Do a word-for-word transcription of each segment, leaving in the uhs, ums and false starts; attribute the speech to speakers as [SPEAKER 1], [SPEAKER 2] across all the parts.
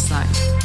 [SPEAKER 1] sein.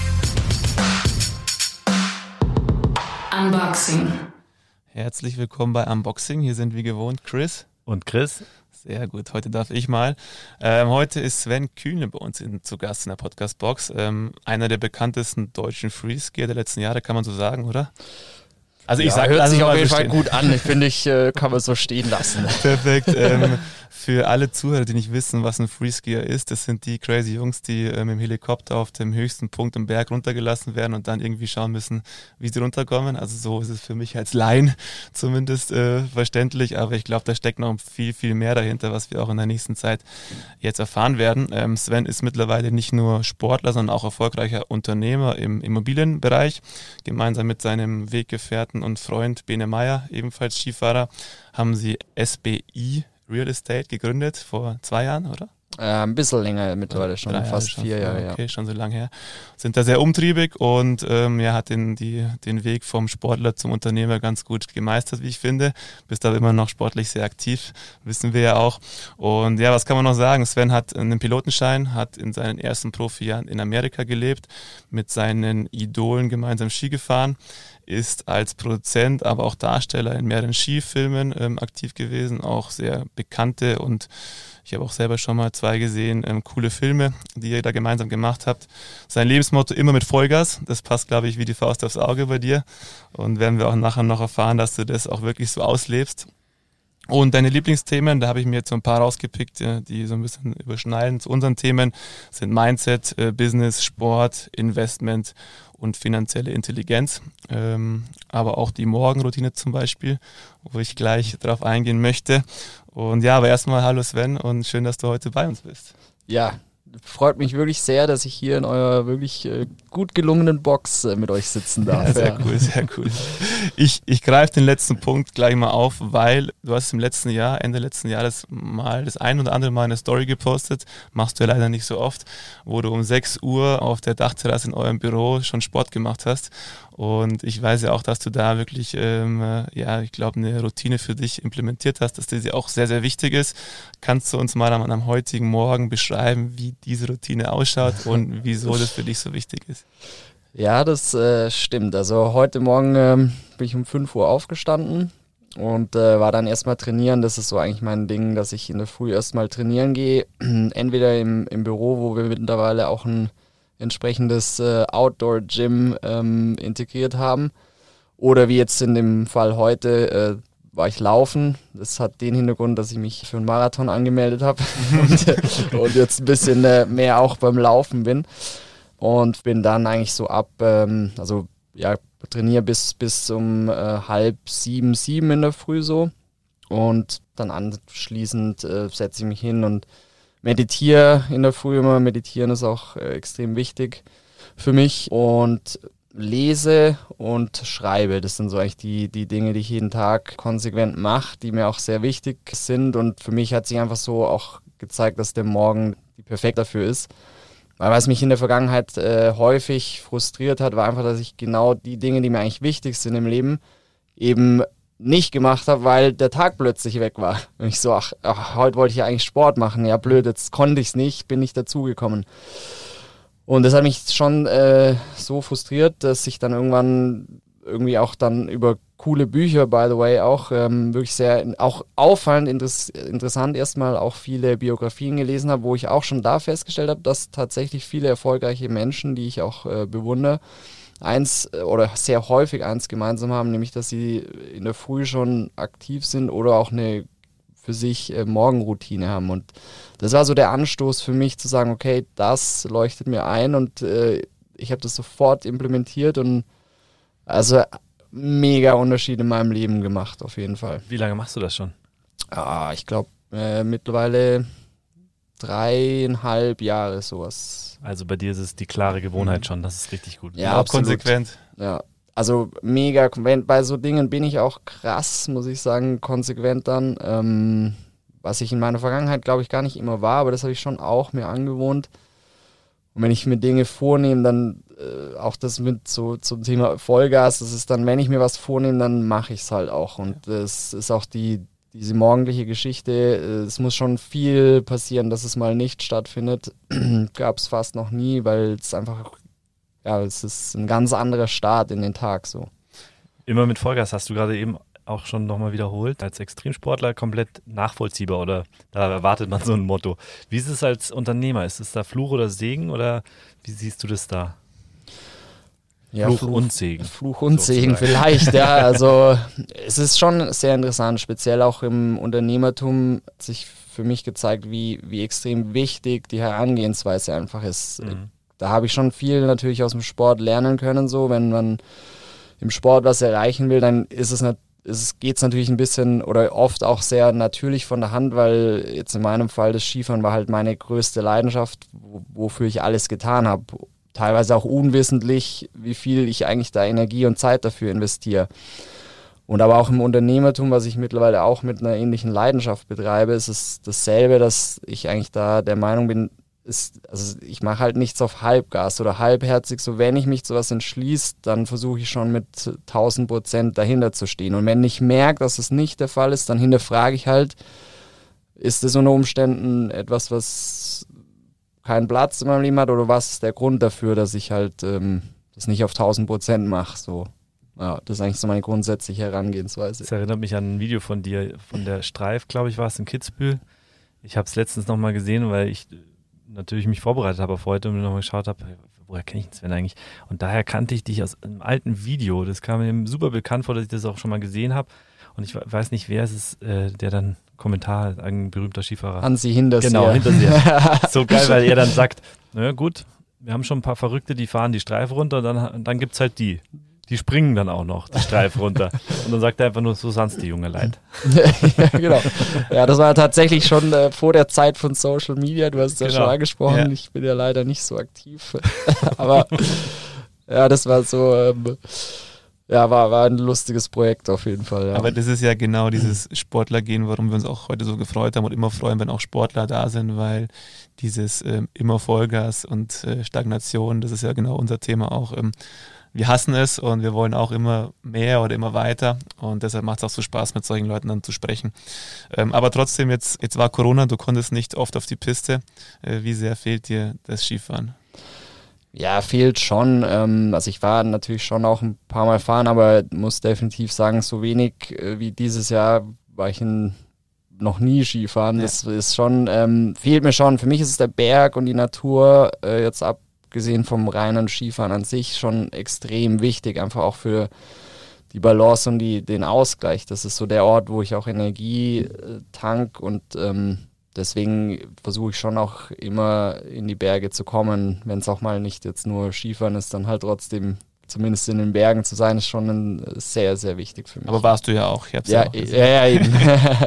[SPEAKER 1] Unboxing.
[SPEAKER 2] Herzlich willkommen bei Unboxing. Hier sind wie gewohnt Chris.
[SPEAKER 3] Und Chris.
[SPEAKER 2] Sehr gut, heute darf ich mal. Ähm, heute ist Sven Kühnle bei uns in, zu Gast in der Podcast-Box. Ähm, einer der bekanntesten deutschen Freeskier der letzten Jahre, kann man so sagen, oder?
[SPEAKER 4] Also ich ja, sage, hört sich auf jeden so Fall gut an. Ich finde, ich äh, kann man so stehen lassen.
[SPEAKER 2] Perfekt. Ähm, für alle Zuhörer, die nicht wissen, was ein Freeskier ist, das sind die crazy Jungs, die äh, mit dem Helikopter auf dem höchsten Punkt im Berg runtergelassen werden und dann irgendwie schauen müssen, wie sie runterkommen. Also so ist es für mich als Laien zumindest äh, verständlich, aber ich glaube, da steckt noch viel, viel mehr dahinter, was wir auch in der nächsten Zeit jetzt erfahren werden. Ähm, Sven ist mittlerweile nicht nur Sportler, sondern auch erfolgreicher Unternehmer im Immobilienbereich. Gemeinsam mit seinem Weggefährten und Freund Bene Meyer, ebenfalls Skifahrer, haben sie S B I Real Estate gegründet vor zwei Jahren, oder?
[SPEAKER 4] Äh, ein bisschen länger mittlerweile, schon
[SPEAKER 2] Drei
[SPEAKER 4] fast
[SPEAKER 2] Jahre,
[SPEAKER 4] vier Jahre.
[SPEAKER 2] Ja. Okay,
[SPEAKER 4] ja.
[SPEAKER 2] schon so lange her. Sind da sehr umtriebig und ähm, ja, hat den, die, den Weg vom Sportler zum Unternehmer ganz gut gemeistert, wie ich finde. Bist aber immer noch sportlich sehr aktiv, wissen wir ja auch. Und ja, was kann man noch sagen? Sven hat einen Pilotenschein, hat in seinen ersten Profijahren in Amerika gelebt, mit seinen Idolen gemeinsam Ski gefahren, ist als Produzent, aber auch Darsteller in mehreren Skifilmen ähm, aktiv gewesen, auch sehr bekannte und ich habe auch selber schon mal zwei gesehen, ähm, coole Filme, die ihr da gemeinsam gemacht habt. Sein Lebensmotto immer mit Vollgas, das passt, glaube ich, wie die Faust aufs Auge bei dir und werden wir auch nachher noch erfahren, dass du das auch wirklich so auslebst. Und deine Lieblingsthemen, da habe ich mir jetzt so ein paar rausgepickt, die so ein bisschen überschneiden zu unseren Themen, sind Mindset, Business, Sport, Investment und finanzielle Intelligenz. Ähm, aber auch die Morgenroutine zum Beispiel, wo ich gleich drauf eingehen möchte. Und ja, aber erstmal hallo Sven und schön, dass du heute bei uns bist.
[SPEAKER 4] Ja, freut mich wirklich sehr, dass ich hier in eurer wirklich äh, gut gelungenen Box äh, mit euch sitzen darf.
[SPEAKER 2] Ja, sehr ja. cool, sehr cool. Ich, ich greife den letzten Punkt gleich mal auf, weil du hast im letzten Jahr, Ende letzten Jahres mal das ein oder andere Mal eine Story gepostet, machst du ja leider nicht so oft, wo du um sechs Uhr auf der Dachterrasse in eurem Büro schon Sport gemacht hast. Und ich weiß ja auch, dass du da wirklich, ähm, ja, ich glaube, eine Routine für dich implementiert hast, dass die auch sehr, sehr wichtig ist. Kannst du uns mal am, am heutigen Morgen beschreiben, wie diese Routine ausschaut und wieso das für dich so wichtig ist?
[SPEAKER 4] Ja, das äh, stimmt. Also heute Morgen ähm, bin ich um fünf Uhr aufgestanden und äh, war dann erstmal trainieren. Das ist so eigentlich mein Ding, dass ich in der Früh erstmal trainieren gehe. Entweder im, im Büro, wo wir mittlerweile auch ein entsprechendes äh, Outdoor-Gym ähm, integriert haben. Oder wie jetzt in dem Fall heute, äh, war ich laufen. Das hat den Hintergrund, dass ich mich für einen Marathon angemeldet habe und, und jetzt ein bisschen äh, mehr auch beim Laufen bin. Und bin dann eigentlich so ab, ähm, also ja, trainiere bis, bis um äh, halb sieben, sieben in der Früh so. Und dann anschließend äh, setze ich mich hin und meditiere in der Früh immer. Meditieren ist auch äh, extrem wichtig für mich. Und lese und schreibe. Das sind so eigentlich die, die Dinge, die ich jeden Tag konsequent mache, die mir auch sehr wichtig sind. Und für mich hat sich einfach so auch gezeigt, dass der Morgen die perfekt dafür ist. Weil was mich in der Vergangenheit äh, häufig frustriert hat, war einfach, dass ich genau die Dinge, die mir eigentlich wichtig sind im Leben, eben nicht gemacht habe, weil der Tag plötzlich weg war. Und ich so, ach, ach heute wollte ich ja eigentlich Sport machen. Ja blöd, jetzt konnte ich es nicht, bin nicht dazugekommen. Und das hat mich schon äh, so frustriert, dass ich dann irgendwann irgendwie auch dann über coole Bücher, by the way, auch ähm, wirklich sehr, auch auffallend interess- interessant erstmal auch viele Biografien gelesen habe, wo ich auch schon da festgestellt habe, dass tatsächlich viele erfolgreiche Menschen, die ich auch äh, bewundere, eins äh, oder sehr häufig eins gemeinsam haben, nämlich dass sie in der Früh schon aktiv sind oder auch eine für sich äh, Morgenroutine haben. Und das war so der Anstoß für mich zu sagen, okay, das leuchtet mir ein und äh, ich habe das sofort implementiert und also mega Unterschied in meinem Leben gemacht, auf jeden Fall.
[SPEAKER 3] Wie lange machst du das schon?
[SPEAKER 4] Ah, ich glaube äh, mittlerweile dreieinhalb Jahre sowas.
[SPEAKER 3] Also bei dir ist es die klare Gewohnheit schon, das ist richtig gut.
[SPEAKER 4] Ja,
[SPEAKER 2] auch
[SPEAKER 4] absolut.
[SPEAKER 2] Konsequent.
[SPEAKER 4] Ja, also mega, bei so Dingen bin ich auch krass, muss ich sagen, konsequent dann. Ähm, was ich in meiner Vergangenheit, glaube ich, gar nicht immer war, aber das habe ich schon auch mir angewohnt. Und wenn ich mir Dinge vornehme, dann äh, auch das mit so zum Thema Vollgas, das ist dann, wenn ich mir was vornehme, dann mache ich es halt auch. Und das ist auch die diese morgendliche Geschichte. Es muss schon viel passieren, dass es mal nicht stattfindet. Gab es fast noch nie, weil es einfach ja, es ist ein ganz anderer Start in den Tag so.
[SPEAKER 3] Immer mit Vollgas, hast du gerade eben auch schon nochmal wiederholt. Als Extremsportler komplett nachvollziehbar oder da erwartet man so ein Motto. Wie ist es als Unternehmer? Ist es da Fluch oder Segen oder wie siehst du das da?
[SPEAKER 4] Ja,
[SPEAKER 3] Fluch,
[SPEAKER 4] Fluch
[SPEAKER 3] und Segen.
[SPEAKER 4] Fluch und
[SPEAKER 3] sozusagen.
[SPEAKER 4] Segen vielleicht, ja. Also es ist schon sehr interessant, speziell auch im Unternehmertum hat sich für mich gezeigt, wie, wie extrem wichtig die Herangehensweise einfach ist.
[SPEAKER 3] Mhm.
[SPEAKER 4] Da habe ich schon viel natürlich aus dem Sport lernen können, so wenn man im Sport was erreichen will, dann ist es nicht es geht es natürlich ein bisschen oder oft auch sehr natürlich von der Hand, weil jetzt in meinem Fall das Skifahren war halt meine größte Leidenschaft, wofür ich alles getan habe. Teilweise auch unwissentlich, wie viel ich eigentlich da Energie und Zeit dafür investiere. Und aber auch im Unternehmertum, was ich mittlerweile auch mit einer ähnlichen Leidenschaft betreibe, ist es dasselbe, dass ich eigentlich da der Meinung bin, ist, also ich mache halt nichts auf Halbgas oder halbherzig. So, wenn ich mich zu was entschließe, dann versuche ich schon mit tausend Prozent dahinter zu stehen. Und wenn ich merke, dass es nicht der Fall ist, dann hinterfrage ich halt, ist das unter Umständen etwas, was keinen Platz in meinem Leben hat, oder was ist der Grund dafür, dass ich halt ähm, das nicht auf tausend Prozent mache? So. Ja, das ist eigentlich so meine grundsätzliche Herangehensweise.
[SPEAKER 3] Das erinnert mich an ein Video von dir, von der Streif, glaube ich, war es in Kitzbühel. Ich habe es letztens nochmal gesehen, weil ich natürlich mich vorbereitet habe auf heute und nochmal geschaut habe, woher kenne ich den Sven eigentlich? Und daher kannte ich dich aus einem alten Video. Das kam mir super bekannt vor, dass ich das auch schon mal gesehen habe. Und ich weiß nicht, wer es ist, äh, der dann Kommentar, ein berühmter Skifahrer.
[SPEAKER 4] Hansi Hinterseer.
[SPEAKER 3] Genau, Hinterseer. So geil, weil er dann sagt, naja gut, wir haben schon ein paar Verrückte, die fahren die Streife runter, dann, dann gibt es halt die. Die springen dann auch noch die Streife runter. Und dann sagt er einfach nur, so sanft die junge Leid.
[SPEAKER 4] Ja, genau. Ja, das war tatsächlich schon äh, vor der Zeit von Social Media. Du hast es ja
[SPEAKER 3] Genau.
[SPEAKER 4] schon angesprochen. Ja. Ich bin ja leider nicht so aktiv. Aber ja, das war so, ähm, ja, war, war ein lustiges Projekt auf jeden Fall. Ja.
[SPEAKER 2] Aber das ist ja genau dieses Sportlergehen, warum wir uns auch heute so gefreut haben und immer freuen, wenn auch Sportler da sind, weil dieses ähm, immer Vollgas und äh, Stagnation, das ist ja genau unser Thema auch. Ähm, Wir hassen es und wir wollen auch immer mehr oder immer weiter und deshalb macht es auch so Spaß, mit solchen Leuten dann zu sprechen. Ähm, aber trotzdem, jetzt, jetzt war Corona, du konntest nicht oft auf die Piste. Äh, wie sehr fehlt dir das Skifahren?
[SPEAKER 4] Ja, fehlt schon. Ähm, also ich war natürlich schon auch ein paar Mal fahren, aber muss definitiv sagen, so wenig äh, wie dieses Jahr war ich in, noch nie Skifahren. Ja. Das ist schon, ähm, fehlt mir schon. Für mich ist es der Berg und die Natur äh, jetzt ab gesehen vom reinen Skifahren an sich schon extrem wichtig, einfach auch für die Balance und die, den Ausgleich. Das ist so der Ort, wo ich auch Energie äh, tank und ähm, deswegen versuche ich schon auch immer in die Berge zu kommen, wenn es auch mal nicht jetzt nur Skifahren ist, dann halt trotzdem zumindest in den Bergen zu sein, ist schon ein, sehr, sehr wichtig für mich.
[SPEAKER 2] Aber warst du ja auch. Ich hab's
[SPEAKER 4] ja,
[SPEAKER 2] ja, auch gesehen.
[SPEAKER 4] ja, ja, eben.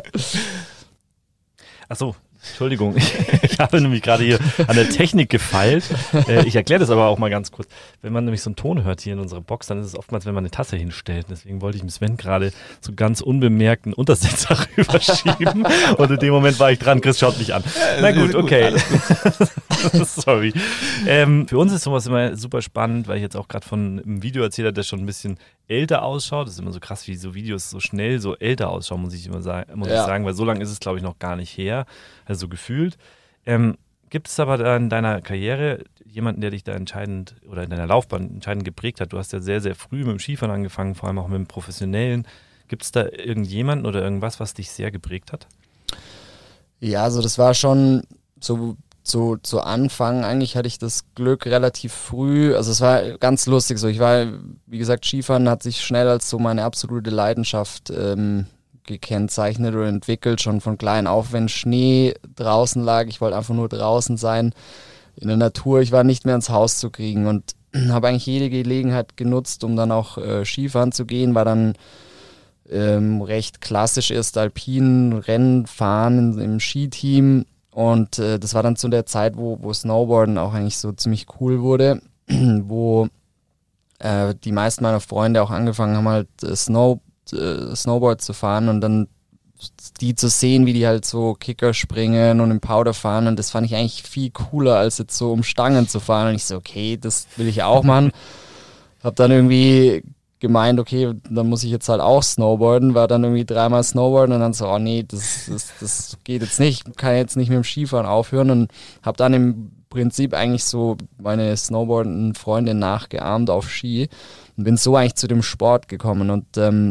[SPEAKER 3] Ach so. Entschuldigung, ich habe nämlich gerade hier an der Technik gefeilt. Äh, ich erkläre das aber auch mal ganz kurz. Wenn man nämlich so einen Ton hört hier in unserer Box, dann ist es oftmals, wenn man eine Tasse hinstellt. Deswegen wollte ich dem Sven gerade so ganz unbemerkten Untersetzer rüberschieben. Und in dem Moment war ich dran, Chris schaut mich an. Na gut, okay. Sorry. Ähm, für uns ist sowas immer super spannend, weil ich jetzt auch gerade von einem Video erzählt habe, der schon ein bisschen älter ausschaut. Das ist immer so krass, wie so Videos so schnell so älter ausschauen, muss ich immer sagen, muss
[SPEAKER 4] ja.
[SPEAKER 3] ich sagen, weil so lange ist es, glaube ich, noch gar nicht her. Also so gefühlt. Ähm, gibt es aber da in deiner Karriere jemanden, der dich da entscheidend oder in deiner Laufbahn entscheidend geprägt hat? Du hast ja sehr, sehr früh mit dem Skifahren angefangen, vor allem auch mit dem Professionellen. Gibt es da irgendjemanden oder irgendwas, was dich sehr geprägt hat?
[SPEAKER 4] Ja, also das war schon so zu, zu Anfang. Eigentlich hatte ich das Glück relativ früh, also es war ganz lustig so. Ich war, wie gesagt, Skifahren hat sich schnell als so meine absolute Leidenschaft ähm, gekennzeichnet oder entwickelt, schon von klein auf, wenn Schnee draußen lag. Ich wollte einfach nur draußen sein, in der Natur. Ich war nicht mehr ins Haus zu kriegen und habe eigentlich jede Gelegenheit genutzt, um dann auch äh, Skifahren zu gehen. War dann ähm, recht klassisch erst alpin Rennen fahren im, im Skiteam und äh, das war dann zu der Zeit, wo, wo Snowboarden auch eigentlich so ziemlich cool wurde, wo äh, die meisten meiner Freunde auch angefangen haben, halt äh, Snow Snowboard zu fahren und dann die zu sehen, wie die halt so Kicker springen und im Powder fahren und das fand ich eigentlich viel cooler, als jetzt so um Stangen zu fahren und ich so, okay, das will ich auch machen. Hab dann irgendwie gemeint, okay, dann muss ich jetzt halt auch snowboarden, war dann irgendwie dreimal snowboarden und dann so, oh nee, das, das, das geht jetzt nicht, kann jetzt nicht mit dem Skifahren aufhören und hab dann im Prinzip eigentlich so meine snowboardenden Freunde nachgeahmt auf Ski und bin so eigentlich zu dem Sport gekommen. Und ähm,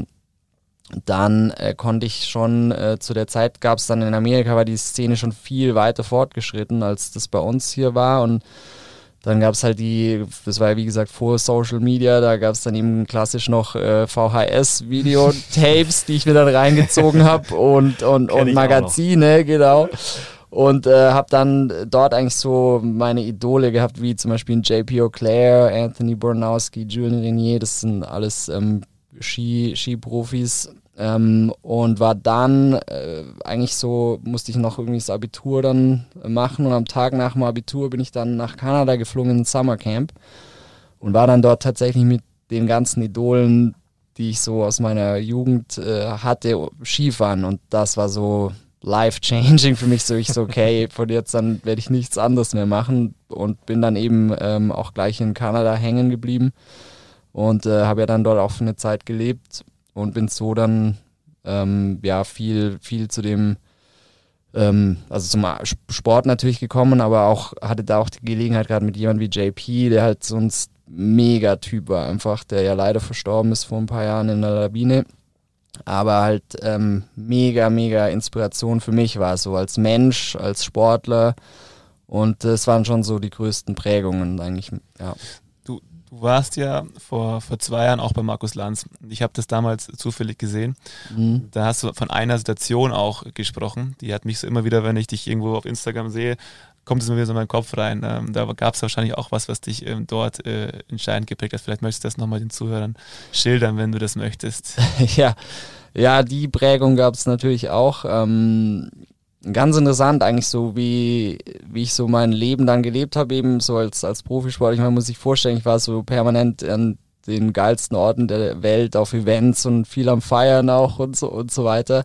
[SPEAKER 4] dann äh, konnte ich schon, äh, zu der Zeit gab es dann in Amerika, war die Szene schon viel weiter fortgeschritten, als das bei uns hier war. Und dann gab es halt die, das war ja wie gesagt vor Social Media, da gab es dann eben klassisch noch äh, V H S-Videotapes, die ich mir dann reingezogen habe und, und, und Magazine, genau. Und äh, habe dann dort eigentlich so meine Idole gehabt, wie zum Beispiel J P Auclair, Anthony Bornowski, Julien Renier, das sind alles ähm, Ski, Ski-Profis. Ähm, und war dann äh, eigentlich so, musste ich noch irgendwie das Abitur dann machen und am Tag nach dem Abitur bin ich dann nach Kanada geflogen in ein Summercamp und war dann dort tatsächlich mit den ganzen Idolen, die ich so aus meiner Jugend äh, hatte, Skifahren und das war so life-changing für mich, so ich so, okay, von jetzt an werde ich nichts anderes mehr machen und bin dann eben ähm, auch gleich in Kanada hängen geblieben und äh, habe ja dann dort auch für eine Zeit gelebt. Und bin so dann ähm, ja viel, viel zu dem, ähm, also zum Sport natürlich gekommen, aber auch hatte da auch die Gelegenheit gerade mit jemandem wie J P, der halt so ein Megatyp war einfach, der ja leider verstorben ist vor ein paar Jahren in der Lawine, aber halt ähm, mega, mega Inspiration für mich war, so als Mensch, als Sportler und das äh, waren schon so die größten Prägungen eigentlich, ja.
[SPEAKER 2] Du warst ja vor, vor zwei Jahren auch bei Markus Lanz. Ich habe das damals zufällig gesehen. Mhm. Da hast du von einer Situation auch gesprochen. Die hat mich so immer wieder, wenn ich dich irgendwo auf Instagram sehe, kommt es mir wieder so in meinen Kopf rein. Ähm, da gab es wahrscheinlich auch was, was dich ähm, dort äh, entscheidend geprägt hat. Vielleicht möchtest du das nochmal den Zuhörern schildern, wenn du das möchtest.
[SPEAKER 4] ja, ja, die Prägung gab es natürlich auch. Ähm Ganz interessant eigentlich so, wie, wie ich so mein Leben dann gelebt habe, eben so als, als Profisportler. Ich meine, muss sich vorstellen, ich war so permanent an den geilsten Orten der Welt auf Events und viel am Feiern auch und so und so weiter.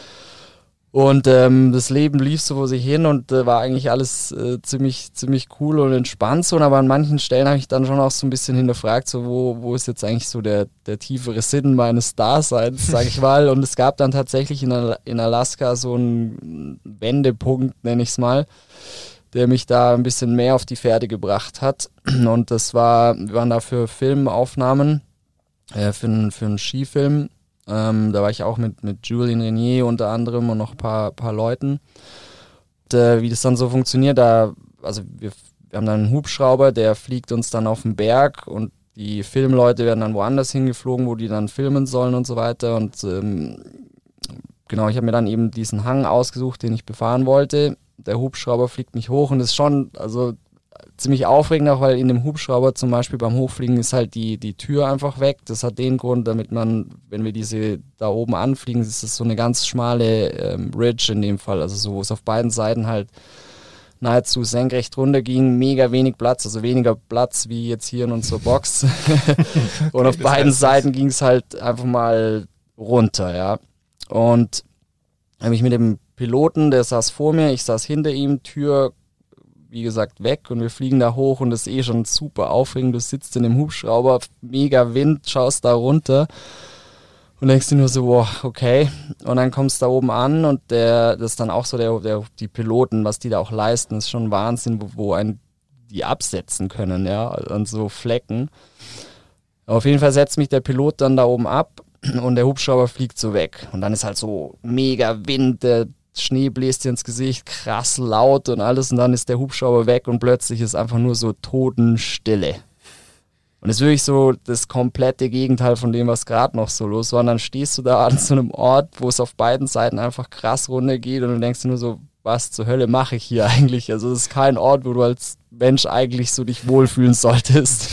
[SPEAKER 4] Und ähm, das Leben lief so vor sich hin und äh, war eigentlich alles äh, ziemlich, ziemlich cool und entspannt so. Aber an manchen Stellen habe ich dann schon auch so ein bisschen hinterfragt, so wo, wo ist jetzt eigentlich so der, der tiefere Sinn meines Daseins, sag ich mal. Und es gab dann tatsächlich in, Al- in Alaska so einen Wendepunkt, nenne ich es mal, der mich da ein bisschen mehr auf die Fährte gebracht hat. Und das war, wir waren da für Filmaufnahmen, äh, für, einen, für einen Skifilm. Ähm, da war ich auch mit, mit Julien Renier unter anderem und noch ein paar, paar Leuten. Und, äh, wie das dann so funktioniert, da, also wir, wir haben dann einen Hubschrauber, der fliegt uns dann auf den Berg und die Filmleute werden dann woanders hingeflogen, wo die dann filmen sollen und so weiter. Und ähm, genau, ich habe mir dann eben diesen Hang ausgesucht, den ich befahren wollte. Der Hubschrauber fliegt mich hoch und ist schon, also ziemlich aufregend auch, weil in dem Hubschrauber zum Beispiel beim Hochfliegen ist halt die, die Tür einfach weg. Das hat den Grund, damit man, wenn wir diese da oben anfliegen, ist das so eine ganz schmale ähm, Ridge in dem Fall, also so, wo es auf beiden Seiten halt nahezu senkrecht runter ging, mega wenig Platz, also weniger Platz wie jetzt hier in unserer Box. Und auf beiden Seiten ging es halt einfach mal runter, ja. Und habe ich mit dem Piloten, der saß vor mir, ich saß hinter ihm, Tür wie gesagt, weg und wir fliegen da hoch und das ist eh schon super aufregend. Du sitzt in dem Hubschrauber, mega Wind, schaust da runter und denkst dir nur so, wow, okay. Und dann kommst du da oben an und der, das ist dann auch so, der, der, die Piloten, was die da auch leisten, ist schon Wahnsinn, wo, wo einen die absetzen können, ja, an so Flecken. Auf jeden Fall setzt mich der Pilot dann da oben ab und der Hubschrauber fliegt so weg. Und dann ist halt so mega Wind, der Schnee bläst dir ins Gesicht, krass laut und alles und dann ist der Hubschrauber weg und plötzlich ist einfach nur so Totenstille. Und es ist wirklich so das komplette Gegenteil von dem, was gerade noch so los war. Und dann stehst du da an so einem Ort, wo es auf beiden Seiten einfach krass runtergeht und du denkst dir nur so, was zur Hölle mache ich hier eigentlich? Also es ist kein Ort, wo du als Mensch eigentlich so dich wohlfühlen solltest.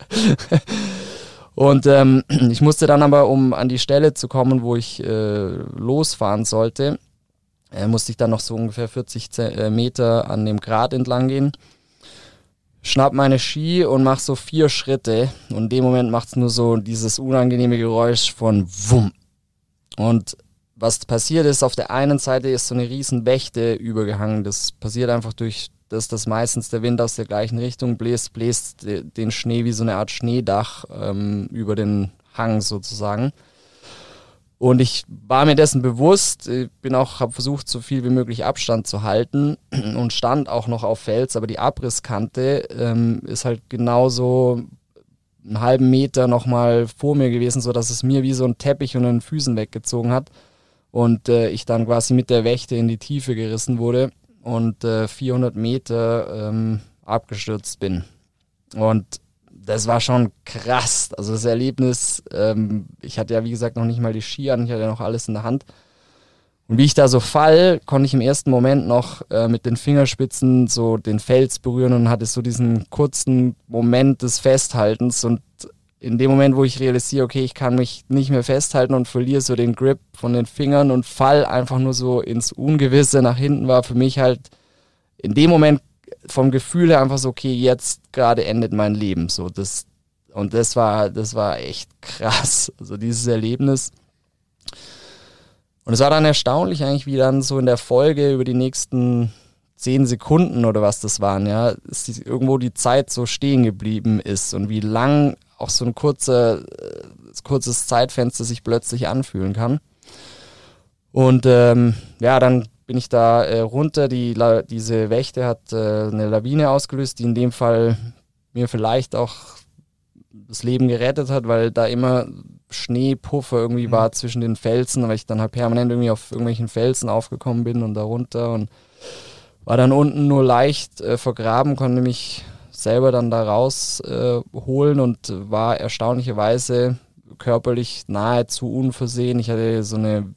[SPEAKER 4] Und ähm, ich musste dann aber, um an die Stelle zu kommen, wo ich äh, losfahren sollte, Äh, musste ich dann noch so ungefähr vierzig Meter an dem Grat entlang gehen, schnapp meine Ski und mach so vier Schritte und in dem Moment macht es nur so dieses unangenehme Geräusch von Wumm. Und was passiert ist, auf der einen Seite ist so eine riesen Wächte übergehangen, das passiert einfach durch das, dass meistens der Wind aus der gleichen Richtung bläst, bläst den Schnee wie so eine Art Schneedach ähm, über den Hang sozusagen. Und ich war mir dessen bewusst, bin auch, habe versucht, so viel wie möglich Abstand zu halten und stand auch noch auf Fels, aber die Abrisskante ähm, ist halt genauso einen halben Meter nochmal vor mir gewesen, sodass es mir wie so ein Teppich unter den Füßen weggezogen hat und äh, ich dann quasi mit der Wächte in die Tiefe gerissen wurde und äh, vierhundert Meter ähm, abgestürzt bin. Und das war schon krass. Also das Erlebnis, ähm, ich hatte ja wie gesagt noch nicht mal die Ski an, ich hatte ja noch alles in der Hand. Und wie ich da so fall, konnte ich im ersten Moment noch äh, mit den Fingerspitzen so den Fels berühren und hatte so diesen kurzen Moment des Festhaltens. Und in dem Moment, wo ich realisiere, okay, ich kann mich nicht mehr festhalten und verliere so den Grip von den Fingern und fall einfach nur so ins Ungewisse nach hinten, war für mich halt in dem Moment vom Gefühl her einfach so, okay, jetzt gerade endet mein Leben. So, das, und das war, das war echt krass. Also dieses Erlebnis. Und es war dann erstaunlich eigentlich, wie dann so in der Folge über die nächsten zehn Sekunden oder was das waren, ja, dass die, irgendwo die Zeit so stehen geblieben ist und wie lang auch so ein kurzer, äh, kurzes Zeitfenster sich plötzlich anfühlen kann. Und ähm, ja, dann bin ich da äh, runter, die La- diese Wächte hat äh, eine Lawine ausgelöst, die in dem Fall mir vielleicht auch das Leben gerettet hat, weil da immer Schneepuffer irgendwie mhm. war zwischen den Felsen, weil ich dann halt permanent irgendwie auf irgendwelchen Felsen aufgekommen bin und da runter und war dann unten nur leicht äh, vergraben, konnte mich selber dann da rausholen äh, und war erstaunlicherweise körperlich nahezu unversehen. Ich hatte so eine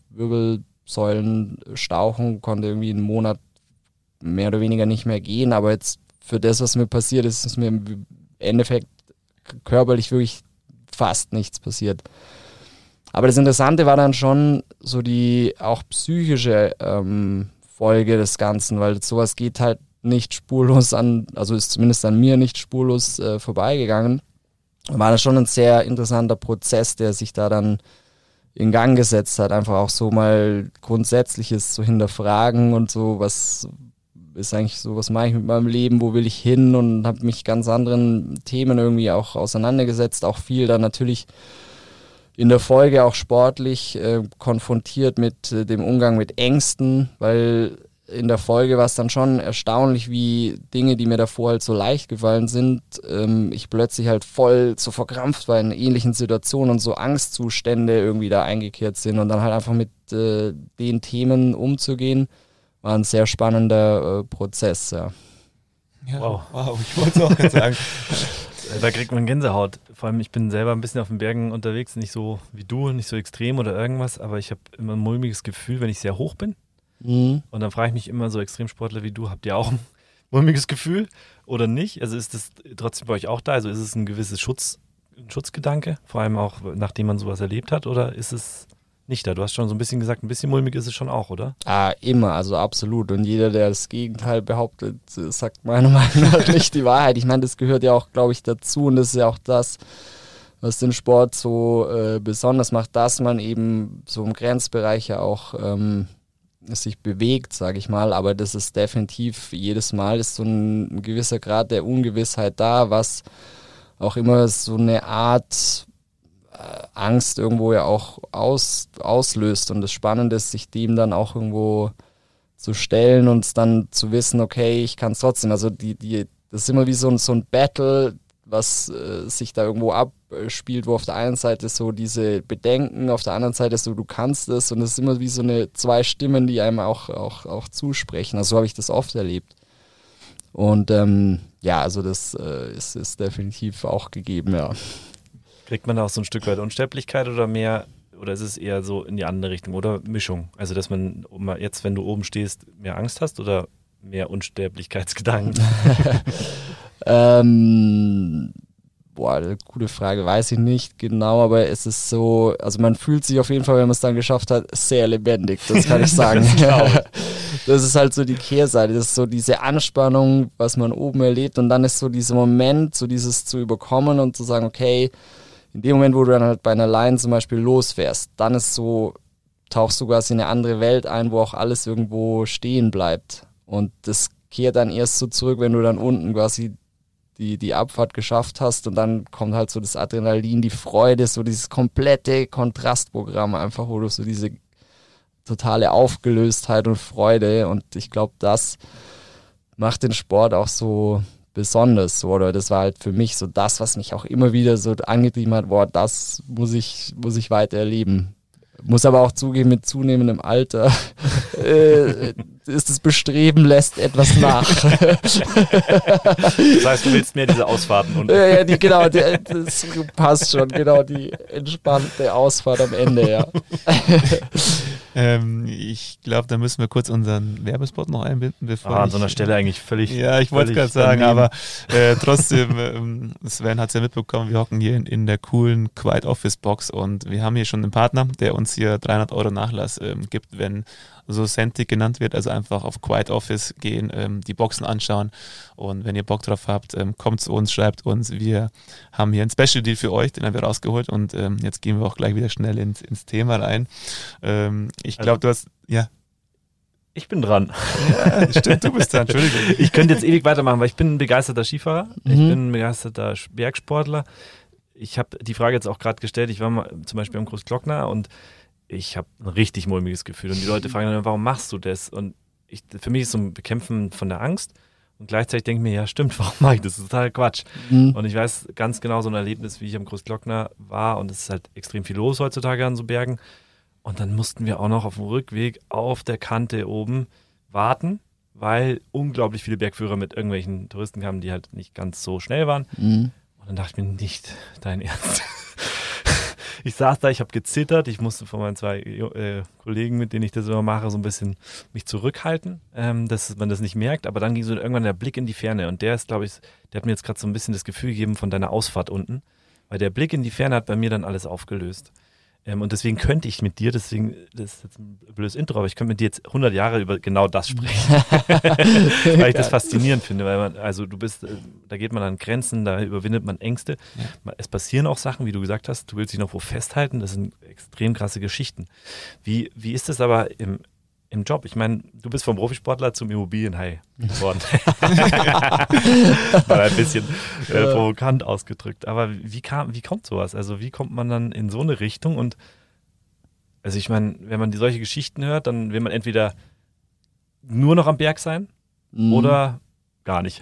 [SPEAKER 4] Wirbelsäulenstauchung, konnte irgendwie einen Monat mehr oder weniger nicht mehr gehen, aber jetzt für das, was mir passiert ist, ist mir im Endeffekt körperlich wirklich fast nichts passiert. Aber das Interessante war dann schon so die auch psychische ähm, Folge des Ganzen, weil sowas geht halt nicht spurlos an, also ist zumindest an mir nicht spurlos äh, vorbeigegangen. War das schon ein sehr interessanter Prozess, der sich da dann in Gang gesetzt hat, einfach auch so mal Grundsätzliches zu hinterfragen und so, was ist eigentlich so, was mache ich mit meinem Leben, wo will ich hin, und habe mich ganz anderen Themen irgendwie auch auseinandergesetzt, auch viel dann natürlich in der Folge auch sportlich äh, konfrontiert mit äh, dem Umgang mit Ängsten, weil in der Folge war es dann schon erstaunlich, wie Dinge, die mir davor halt so leicht gefallen sind, ähm, ich plötzlich halt voll so verkrampft war in ähnlichen Situationen und so Angstzustände irgendwie da eingekehrt sind, und dann halt einfach mit äh, den Themen umzugehen, war ein sehr spannender äh, Prozess, ja.
[SPEAKER 2] Ja, wow. wow, ich wollte es auch gerade sagen.
[SPEAKER 3] Da kriegt man Gänsehaut. Vor allem, ich bin selber ein bisschen auf den Bergen unterwegs, nicht so wie du, nicht so extrem oder irgendwas, aber ich habe immer ein mulmiges Gefühl, wenn ich sehr hoch bin. Mhm. Und dann frage ich mich immer, so Extremsportler wie du, habt ihr auch ein mulmiges Gefühl oder nicht? Also ist das trotzdem bei euch auch da? Also ist es ein gewisses Schutz, ein Schutzgedanke, vor allem auch nachdem man sowas erlebt hat, oder ist es nicht da? Du hast schon so ein bisschen gesagt, ein bisschen mulmig ist es schon auch, oder?
[SPEAKER 4] Ah, immer, also absolut. Und jeder, der das Gegenteil behauptet, sagt meiner Meinung nach nicht die Wahrheit. Ich meine, das gehört ja auch, glaube ich, dazu, und das ist ja auch das, was den Sport so äh, besonders macht, dass man eben so im Grenzbereich ja auch ähm, sich bewegt, sage ich mal. Aber das ist definitiv, jedes Mal ist so ein, ein gewisser Grad der Ungewissheit da, was auch immer so eine Art Angst irgendwo ja auch aus, auslöst. Und das Spannende ist, sich dem dann auch irgendwo zu stellen und dann zu wissen, okay, ich kann es trotzdem. Also die, die, das ist immer wie so ein, so ein Battle, was äh, sich da irgendwo abspielt, wo auf der einen Seite so diese Bedenken, auf der anderen Seite so, du kannst es, und es ist immer wie so eine zwei Stimmen, die einem auch, auch, auch zusprechen. Also so habe ich das oft erlebt. Und ähm, ja, also das äh, ist, ist definitiv auch gegeben, ja.
[SPEAKER 3] Kriegt man da auch so ein Stück weit Unsterblichkeit oder mehr, oder ist es eher so in die andere Richtung oder Mischung? Also dass man jetzt, wenn du oben stehst, mehr Angst hast oder mehr Unsterblichkeitsgedanken?
[SPEAKER 4] ähm, boah, gute Frage, weiß ich nicht genau, aber es ist so, also man fühlt sich auf jeden Fall, wenn man es dann geschafft hat, sehr lebendig, das kann ich sagen. das, das ist halt so die Kehrseite, das ist so diese Anspannung, was man oben erlebt, und dann ist so dieser Moment, so dieses zu überkommen und zu sagen, okay, in dem Moment, wo du dann halt bei einer Line zum Beispiel losfährst, dann ist so, tauchst du quasi in eine andere Welt ein, wo auch alles irgendwo stehen bleibt. Und das kehrt dann erst so zurück, wenn du dann unten quasi die, die Abfahrt geschafft hast und dann kommt halt so das Adrenalin, die Freude, so dieses komplette Kontrastprogramm einfach, wo du so diese totale Aufgelöstheit und Freude und ich glaube, das macht den Sport auch so besonders, so, oder das war halt für mich so das, was mich auch immer wieder so angetrieben hat, boah, das muss ich, muss ich weiter erleben. Muss aber auch zugeben, mit zunehmendem Alter äh, ist das Bestreben lässt etwas nach.
[SPEAKER 3] Das heißt, du willst mehr diese Ausfahrten. Und
[SPEAKER 4] ja, ja, die, genau, die, das passt schon, genau, die entspannte Ausfahrt am Ende, ja.
[SPEAKER 2] ähm, ich glaube, da müssen wir kurz unseren Werbespot noch einbinden. Bevor
[SPEAKER 3] ah, an
[SPEAKER 2] ich,
[SPEAKER 3] so einer Stelle eigentlich völlig.
[SPEAKER 2] Ja, ich wollte es gerade sagen,
[SPEAKER 3] daneben.
[SPEAKER 2] aber äh, trotzdem, ähm, Sven hat es ja mitbekommen, wir hocken hier in, in der coolen Quiet Office Box und wir haben hier schon einen Partner, der uns hier dreihundert Euro Nachlass ähm, gibt, wenn so Centig genannt wird, also einfach auf Quiet Office gehen, ähm, die Boxen anschauen und wenn ihr Bock drauf habt, ähm, kommt zu uns, schreibt uns, wir haben hier einen Special Deal für euch, den haben wir rausgeholt und ähm, jetzt gehen wir auch gleich wieder schnell ins, ins Thema rein. Ähm, ich glaube, du hast, ja.
[SPEAKER 3] Ich bin dran.
[SPEAKER 2] Ja, stimmt, du bist dran, Entschuldigung.
[SPEAKER 3] Ich könnte jetzt ewig weitermachen, weil ich bin ein begeisterter Skifahrer,
[SPEAKER 4] Mhm.
[SPEAKER 3] ich bin ein begeisterter Bergsportler. Ich habe die Frage jetzt auch gerade gestellt, ich war mal zum Beispiel am Großglockner und ich habe ein richtig mulmiges Gefühl und die Leute fragen dann, warum machst du das? Und ich, für mich ist es so ein Bekämpfen von der Angst und gleichzeitig denke ich mir, ja stimmt, warum mache ich das? Das ist total Quatsch.
[SPEAKER 4] Mhm.
[SPEAKER 3] Und ich weiß ganz genau so ein Erlebnis, wie ich am Großglockner war und es ist halt extrem viel los heutzutage an so Bergen und dann mussten wir auch noch auf dem Rückweg auf der Kante oben warten, weil unglaublich viele Bergführer mit irgendwelchen Touristen kamen, die halt nicht ganz so schnell waren.
[SPEAKER 4] Mhm.
[SPEAKER 3] Und dann dachte ich mir, nicht dein Ernst. Ich saß da, ich habe gezittert, ich musste von meinen zwei äh, Kollegen, mit denen ich das immer mache, so ein bisschen mich zurückhalten, ähm, dass man das nicht merkt, aber dann ging so irgendwann der Blick in die Ferne und der ist, glaube ich, der hat mir jetzt gerade so ein bisschen das Gefühl gegeben von deiner Ausfahrt unten, weil der Blick in die Ferne hat bei mir dann alles aufgelöst. Ähm, und deswegen könnte ich mit dir, deswegen, das ist jetzt ein blödes Intro, aber ich könnte mit dir jetzt hundert Jahre über genau das sprechen. Weil ich das faszinierend finde, weil man, also du bist, da geht man an Grenzen, da überwindet man Ängste. Ja. Es passieren auch Sachen, wie du gesagt hast, du willst dich noch wo festhalten, das sind extrem krasse Geschichten. Wie, wie ist das aber im, im Job? Ich meine, du bist vom Profisportler zum Immobilienhai geworden. Mal ein bisschen äh, provokant ausgedrückt. Aber wie, kam, wie kommt sowas? Also wie kommt man dann in so eine Richtung? Und also ich meine, wenn man die solche Geschichten hört, dann will man entweder nur noch am Berg sein mhm. oder gar nicht.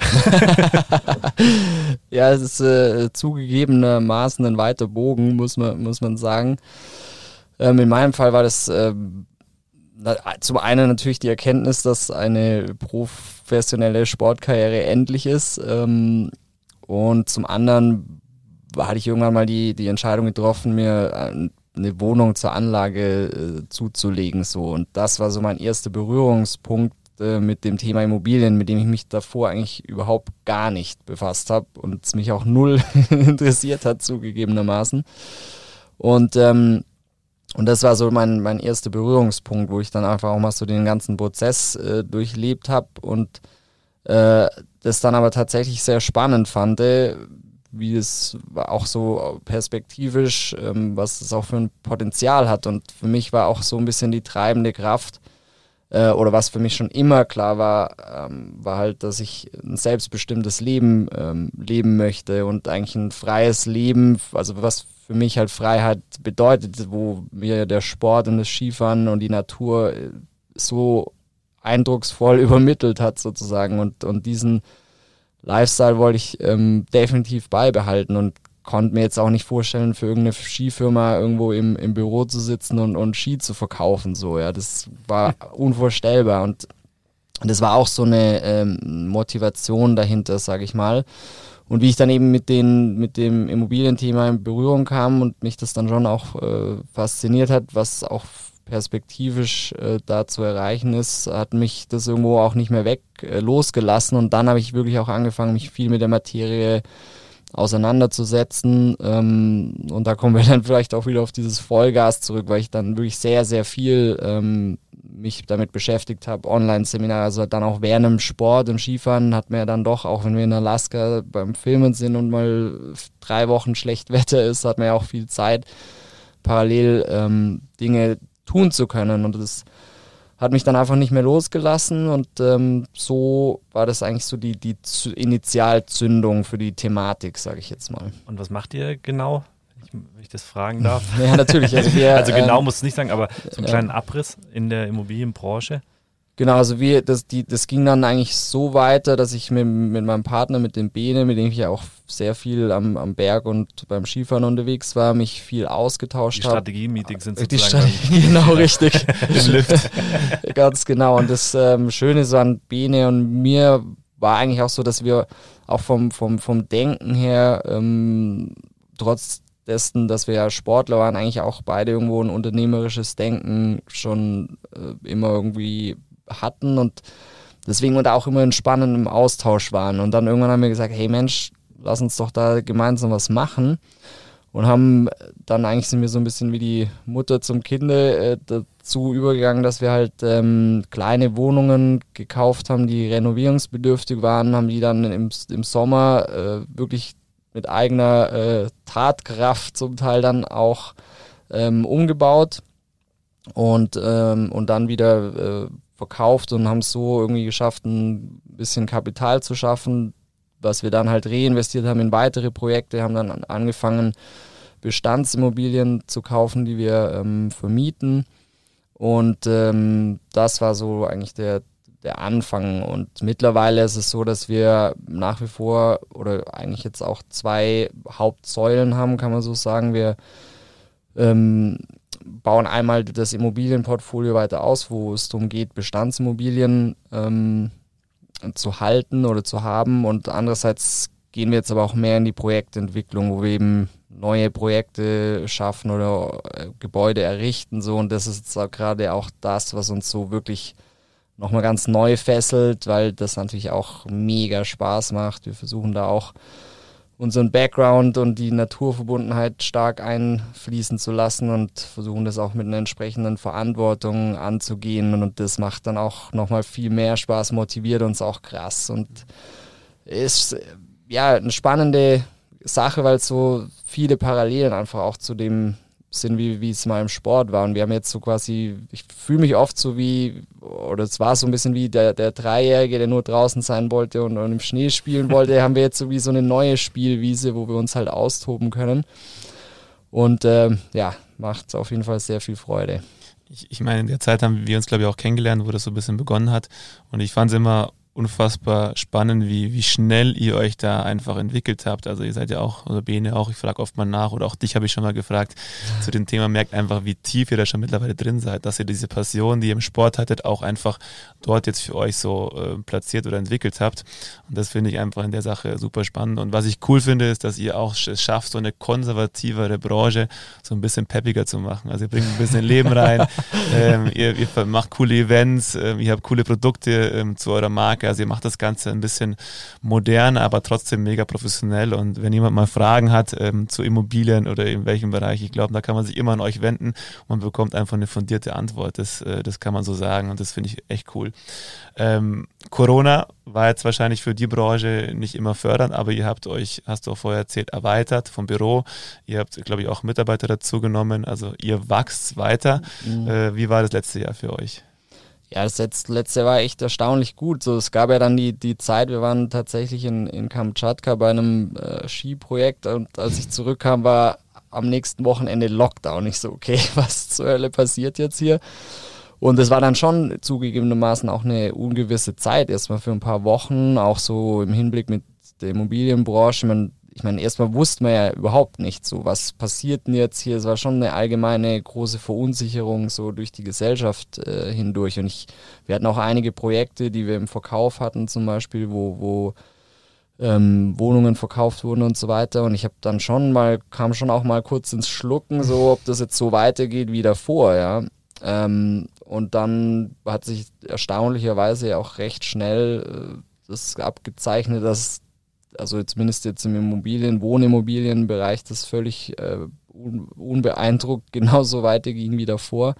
[SPEAKER 4] Ja, es ist äh, zugegebenermaßen ein weiter Bogen, muss man, muss man sagen. Ähm, in meinem Fall war das äh, zum einen natürlich die Erkenntnis, dass eine professionelle Sportkarriere endlich ist ähm, und zum anderen hatte ich irgendwann mal die, die Entscheidung getroffen, mir eine Wohnung zur Anlage äh, zuzulegen. So. Und das war so mein erster Berührungspunkt äh, mit dem Thema Immobilien, mit dem ich mich davor eigentlich überhaupt gar nicht befasst habe und es mich auch null interessiert hat, zugegebenermaßen. Und ähm, Und das war so mein, mein erster Berührungspunkt, wo ich dann einfach auch mal so den ganzen Prozess äh, durchlebt habe und äh, das dann aber tatsächlich sehr spannend fand, wie es auch so perspektivisch, ähm, was es auch für ein Potenzial hat. Und für mich war auch so ein bisschen die treibende Kraft, äh, oder was für mich schon immer klar war, ähm, war halt, dass ich ein selbstbestimmtes Leben ähm, leben möchte und eigentlich ein freies Leben, also was für mich halt Freiheit bedeutet, wo mir der Sport und das Skifahren und die Natur so eindrucksvoll übermittelt hat sozusagen und, und diesen Lifestyle wollte ich ähm, definitiv beibehalten und konnte mir jetzt auch nicht vorstellen, für irgendeine Skifirma irgendwo im, im Büro zu sitzen und, und Ski zu verkaufen, so, ja, das war unvorstellbar und das war auch so eine ähm, Motivation dahinter, sage ich mal. Und wie ich dann eben mit, den, mit dem Immobilienthema in Berührung kam und mich das dann schon auch äh, fasziniert hat, was auch perspektivisch äh, da zu erreichen ist, hat mich das irgendwo auch nicht mehr weg äh, losgelassen. Und dann habe ich wirklich auch angefangen, mich viel mit der Materie auseinanderzusetzen. Ähm, und da kommen wir dann vielleicht auch wieder auf dieses Vollgas zurück, weil ich dann wirklich sehr, sehr viel ähm, mich damit beschäftigt habe, Online-Seminar, also dann auch während dem Sport und Skifahren hat man ja dann doch, auch wenn wir in Alaska beim Filmen sind und mal drei Wochen schlecht Wetter ist, hat man ja auch viel Zeit, parallel ähm, Dinge tun zu können und das hat mich dann einfach nicht mehr losgelassen und ähm, so war das eigentlich so die, die Z- Initialzündung für die Thematik, sage ich jetzt mal.
[SPEAKER 3] Und was macht ihr genau, wenn ich, wenn ich das fragen darf?
[SPEAKER 4] Ja, natürlich. Also, wir,
[SPEAKER 3] also genau
[SPEAKER 4] ähm,
[SPEAKER 3] musst du nicht sagen, aber so einen
[SPEAKER 4] ja.
[SPEAKER 3] kleinen Abriss in der Immobilienbranche.
[SPEAKER 4] Genau, also wir, das, die, das ging dann eigentlich so weiter, dass ich mit, mit meinem Partner, mit dem Bene, mit dem ich ja auch sehr viel am, am Berg und beim Skifahren unterwegs war, mich viel ausgetauscht habe.
[SPEAKER 3] Die Strategie-Meetings sind
[SPEAKER 4] Die
[SPEAKER 3] sozusagen
[SPEAKER 4] Strategie, genau, richtig. Ganz genau. Und das ähm, Schöne so an Bene und mir war eigentlich auch so, dass wir auch vom, vom, vom Denken her, ähm, trotz dessen, dass wir ja Sportler waren, eigentlich auch beide irgendwo ein unternehmerisches Denken schon äh, immer irgendwie hatten und deswegen und auch immer in spannendem Austausch waren. Und dann irgendwann haben wir gesagt, hey Mensch, lass uns doch da gemeinsam was machen. Und haben dann eigentlich sind wir so ein bisschen wie die Mutter zum Kinde äh, dazu übergegangen, dass wir halt ähm, kleine Wohnungen gekauft haben, die renovierungsbedürftig waren, haben die dann im, im Sommer äh, wirklich mit eigener äh, Tatkraft zum Teil dann auch ähm, umgebaut und, ähm, und dann wieder äh, verkauft und haben es so irgendwie geschafft, ein bisschen Kapital zu schaffen, was wir dann halt reinvestiert haben in weitere Projekte, haben dann angefangen, Bestandsimmobilien zu kaufen, die wir ähm, vermieten und ähm, das war so eigentlich der, der Anfang und mittlerweile ist es so, dass wir nach wie vor oder eigentlich jetzt auch zwei Hauptsäulen haben, kann man so sagen. Wir ähm, bauen einmal das Immobilienportfolio weiter aus, wo es darum geht, Bestandsimmobilien ähm, zu halten oder zu haben und andererseits gehen wir jetzt aber auch mehr in die Projektentwicklung, wo wir eben neue Projekte schaffen oder äh, Gebäude errichten so und das ist jetzt gerade auch das, was uns so wirklich nochmal ganz neu fesselt, weil das natürlich auch mega Spaß macht. Wir versuchen da auch unseren Background und die Naturverbundenheit stark einfließen zu lassen und versuchen das auch mit einer entsprechenden Verantwortung anzugehen und das macht dann auch nochmal viel mehr Spaß, motiviert uns auch krass und ist ja eine spannende Sache, weil es so viele Parallelen einfach auch zu dem sind, wie, wie es mal im Sport war und wir haben jetzt so quasi, ich fühle mich oft so wie, oder es war so ein bisschen wie der, der Dreijährige, der nur draußen sein wollte und, und im Schnee spielen wollte, haben wir jetzt so wie so eine neue Spielwiese, wo wir uns halt austoben können und ähm, ja, macht auf jeden Fall sehr viel Freude.
[SPEAKER 2] Ich, ich meine, in der Zeit haben wir uns, glaube ich, auch kennengelernt, wo das so ein bisschen begonnen hat und ich fand es immer unfassbar spannend, wie, wie schnell ihr euch da einfach entwickelt habt. Also ihr seid ja auch, oder Bene auch, ich frage oft mal nach, oder auch dich habe ich schon mal gefragt, zu dem Thema, merkt einfach, wie tief ihr da schon mittlerweile drin seid, dass ihr diese Passion, die ihr im Sport hattet, auch einfach dort jetzt für euch so äh, platziert oder entwickelt habt. Und das finde ich einfach in der Sache super spannend. Und was ich cool finde, ist, dass ihr auch es schafft, so eine konservativere Branche so ein bisschen peppiger zu machen. Also ihr bringt ein bisschen Leben rein, ähm, ihr, ihr macht coole Events, ähm, ihr habt coole Produkte ähm, zu eurer Marke. Also ihr macht das Ganze ein bisschen modern, aber trotzdem mega professionell und wenn jemand mal Fragen hat ähm, zu Immobilien oder in welchem Bereich, ich glaube, da kann man sich immer an euch wenden und man bekommt einfach eine fundierte Antwort. Das, äh, das kann man so sagen und das finde ich echt cool. Ähm, Corona war jetzt wahrscheinlich für die Branche nicht immer fördernd, aber ihr habt euch, hast du auch vorher erzählt, erweitert vom Büro. Ihr habt, glaube ich, auch Mitarbeiter dazu genommen, also ihr wachst weiter. Mhm. Äh, wie war das letzte Jahr für euch?
[SPEAKER 4] Ja, das letzte Jahr war echt erstaunlich gut. So, es gab ja dann die, die Zeit, wir waren tatsächlich in, in Kamtschatka bei einem äh, Skiprojekt und als ich zurückkam, war am nächsten Wochenende Lockdown. Ich so, okay, was zur Hölle passiert jetzt hier? Und es war dann schon zugegebenermaßen auch eine ungewisse Zeit, erstmal für ein paar Wochen, auch so im Hinblick mit der Immobilienbranche. Man, ich meine, erstmal wusste man ja überhaupt nicht so, was passiert denn jetzt hier. Es war schon eine allgemeine große Verunsicherung so durch die Gesellschaft äh, hindurch. Und ich, wir hatten auch einige Projekte, die wir im Verkauf hatten, zum Beispiel, wo, wo ähm, Wohnungen verkauft wurden und so weiter. Und ich habe dann schon mal, kam schon auch mal kurz ins Schlucken, so ob das jetzt so weitergeht wie davor, ja. Ähm, und dann hat sich erstaunlicherweise auch recht schnell äh, das abgezeichnet, dass also zumindest jetzt im Immobilien-, Wohnimmobilienbereich das völlig äh, un- unbeeindruckt genauso weiterging wie davor.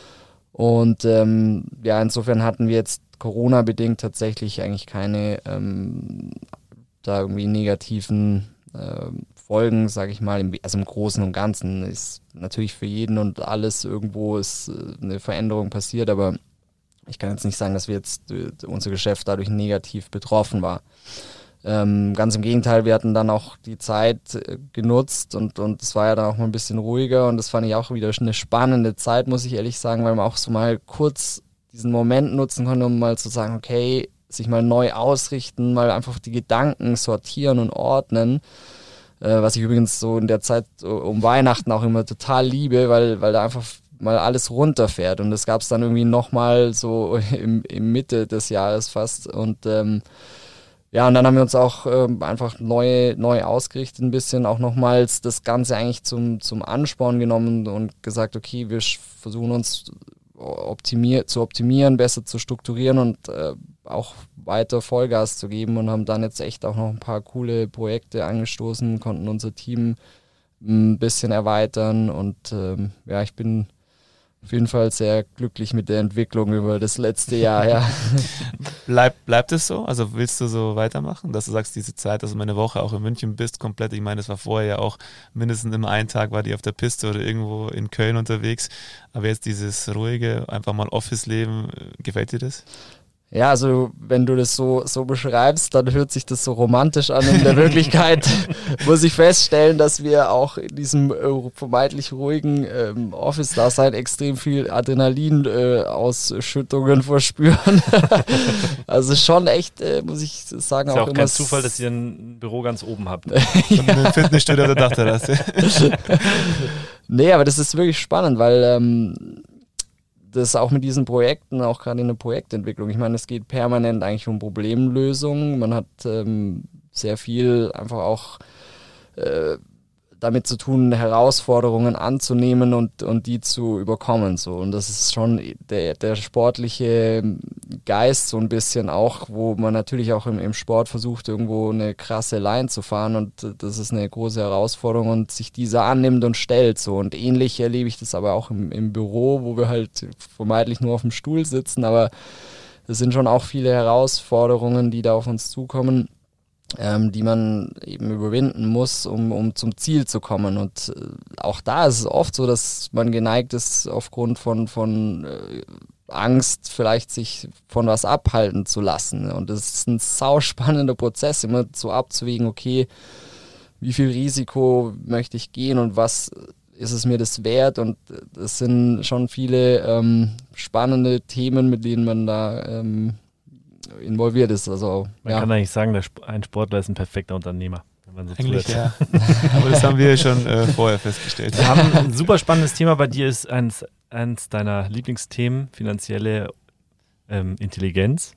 [SPEAKER 4] Und ähm, ja, insofern hatten wir jetzt Corona-bedingt tatsächlich eigentlich keine ähm, da irgendwie negativen äh, Folgen, sage ich mal. Im, also im Großen und Ganzen ist natürlich für jeden und alles irgendwo ist äh, eine Veränderung passiert, aber ich kann jetzt nicht sagen, dass wir jetzt äh, unser Geschäft dadurch negativ betroffen war. Ähm, ganz im Gegenteil, wir hatten dann auch die Zeit äh, genutzt und und es war ja dann auch mal ein bisschen ruhiger und das fand ich auch wieder eine spannende Zeit, muss ich ehrlich sagen, weil man auch so mal kurz diesen Moment nutzen konnte, um mal zu sagen, okay, sich mal neu ausrichten, mal einfach die Gedanken sortieren und ordnen, äh, was ich übrigens so in der Zeit um Weihnachten auch immer total liebe, weil weil da einfach mal alles runterfährt und das gab es dann irgendwie nochmal so im, im Mitte des Jahres fast und ähm, ja, und dann haben wir uns auch ähm, einfach neu, neu ausgerichtet ein bisschen, auch nochmals das Ganze eigentlich zum, zum Ansporn genommen und gesagt, okay, wir versuchen uns optimier- zu optimieren, besser zu strukturieren und äh, auch weiter Vollgas zu geben und haben dann jetzt echt auch noch ein paar coole Projekte angestoßen, konnten unser Team ein bisschen erweitern und ähm, ja, ich bin auf jeden Fall sehr glücklich mit der Entwicklung über das letzte Jahr, ja.
[SPEAKER 2] Bleib, bleibt es so? Also willst du so weitermachen, dass du sagst, diese Zeit, dass du meine Woche auch in München bist, komplett, ich meine, es war vorher ja auch mindestens immer einen Tag war die auf der Piste oder irgendwo in Köln unterwegs, aber jetzt dieses ruhige, einfach mal Office-Leben, gefällt dir das?
[SPEAKER 4] Ja, also wenn du das so, so beschreibst, dann hört sich das so romantisch an. In der Wirklichkeit muss ich feststellen, dass wir auch in diesem äh, vermeintlich ruhigen ähm, Office-Dasein extrem viel Adrenalin-Ausschüttungen äh, verspüren. Also schon echt, äh, muss ich sagen,
[SPEAKER 3] ist
[SPEAKER 4] auch
[SPEAKER 3] ja auch
[SPEAKER 4] immer...
[SPEAKER 3] kein Zufall, dass ihr ein Büro ganz oben habt.
[SPEAKER 2] Und ein Fitnessstudio auf der Dachterrasse.
[SPEAKER 4] Nee, aber das ist wirklich spannend, weil... Ähm, das auch mit diesen Projekten, auch gerade in der Projektentwicklung, ich meine, es geht permanent eigentlich um Problemlösung. Man hat ähm, sehr viel einfach auch äh, damit zu tun, Herausforderungen anzunehmen und, und die zu überkommen. So. Und das ist schon der, der sportliche Geist so ein bisschen auch, wo man natürlich auch im, im Sport versucht, irgendwo eine krasse Line zu fahren und das ist eine große Herausforderung und sich dieser annimmt und stellt. So. Und ähnlich erlebe ich das aber auch im, im Büro, wo wir halt vermeintlich nur auf dem Stuhl sitzen, aber es sind schon auch viele Herausforderungen, die da auf uns zukommen, Ähm, die man eben überwinden muss, um, um zum Ziel zu kommen. Und äh, auch da ist es oft so, dass man geneigt ist, aufgrund von, von äh, Angst vielleicht sich von was abhalten zu lassen. Und das ist ein sauspannender Prozess, immer so abzuwägen, okay, wie viel Risiko möchte ich gehen und was ist es mir das wert? Und es sind schon viele ähm, spannende Themen, mit denen man da ähm, involviert ist. Also,
[SPEAKER 3] man
[SPEAKER 4] ja.
[SPEAKER 3] kann eigentlich sagen, der Sp- ein Sportler ist ein perfekter Unternehmer, wenn man so
[SPEAKER 2] Eigentlich
[SPEAKER 3] zuhört.
[SPEAKER 2] ja. Aber das haben wir schon äh, vorher festgestellt.
[SPEAKER 3] Wir haben ein super spannendes Thema. Bei dir ist eins, eins deiner Lieblingsthemen finanzielle ähm, Intelligenz.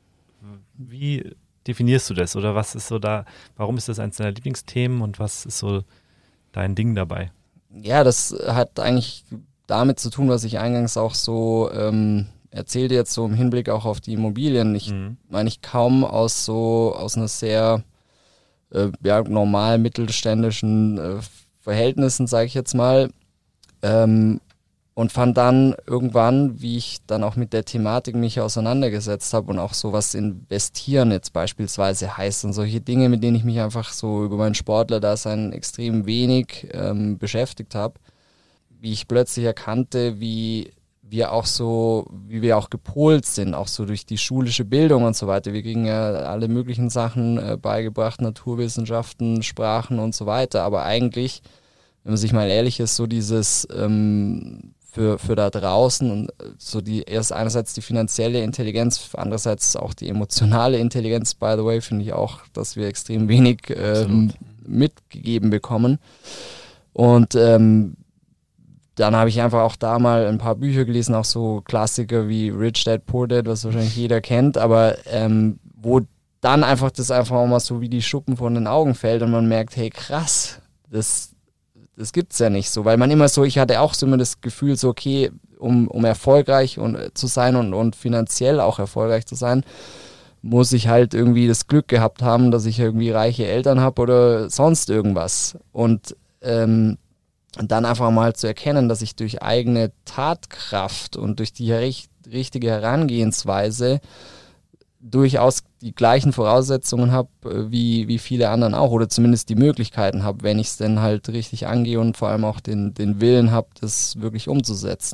[SPEAKER 3] Wie definierst du das? Oder was ist so da, warum ist das eins deiner Lieblingsthemen und was ist so dein Ding dabei?
[SPEAKER 4] Ja, das hat eigentlich damit zu tun, was ich eingangs auch so ähm, erzählte, jetzt so im Hinblick auch auf die Immobilien. Ich
[SPEAKER 3] Mhm.
[SPEAKER 4] meine, ich kaum aus so, aus einer sehr äh, ja, normal mittelständischen äh, Verhältnissen, sage ich jetzt mal, ähm, und fand dann irgendwann, wie ich dann auch mit der Thematik mich auseinandergesetzt habe und auch so was investieren jetzt beispielsweise heißt und solche Dinge, mit denen ich mich einfach so über mein Sportlerdasein extrem wenig ähm, beschäftigt habe, wie ich plötzlich erkannte, wie wir auch so, wie wir auch gepolt sind, auch so durch die schulische Bildung und so weiter. Wir kriegen ja alle möglichen Sachen äh, beigebracht, Naturwissenschaften, Sprachen und so weiter, aber eigentlich, wenn man sich mal ehrlich ist, so dieses ähm, für, für da draußen und so die, erst einerseits die finanzielle Intelligenz, andererseits auch die emotionale Intelligenz, by the way, finde ich auch, dass wir extrem wenig ähm, mitgegeben bekommen. Und ähm, dann habe ich einfach auch da mal ein paar Bücher gelesen, auch so Klassiker wie Rich Dad, Poor Dad, was wahrscheinlich jeder kennt, aber ähm, wo dann einfach das einfach auch mal so wie die Schuppen von den Augen fällt und man merkt, hey krass, das das gibt's ja nicht so, weil man immer so, ich hatte auch so immer das Gefühl so, okay, um, um erfolgreich und, zu sein und, und finanziell auch erfolgreich zu sein, muss ich halt irgendwie das Glück gehabt haben, dass ich irgendwie reiche Eltern habe oder sonst irgendwas. Und ähm, dann einfach mal zu erkennen, dass ich durch eigene Tatkraft und durch die richt- richtige Herangehensweise durchaus die gleichen Voraussetzungen habe wie, wie viele anderen auch oder zumindest die Möglichkeiten habe, wenn ich es denn halt richtig angehe und vor allem auch den, den Willen habe, das wirklich umzusetzen. Und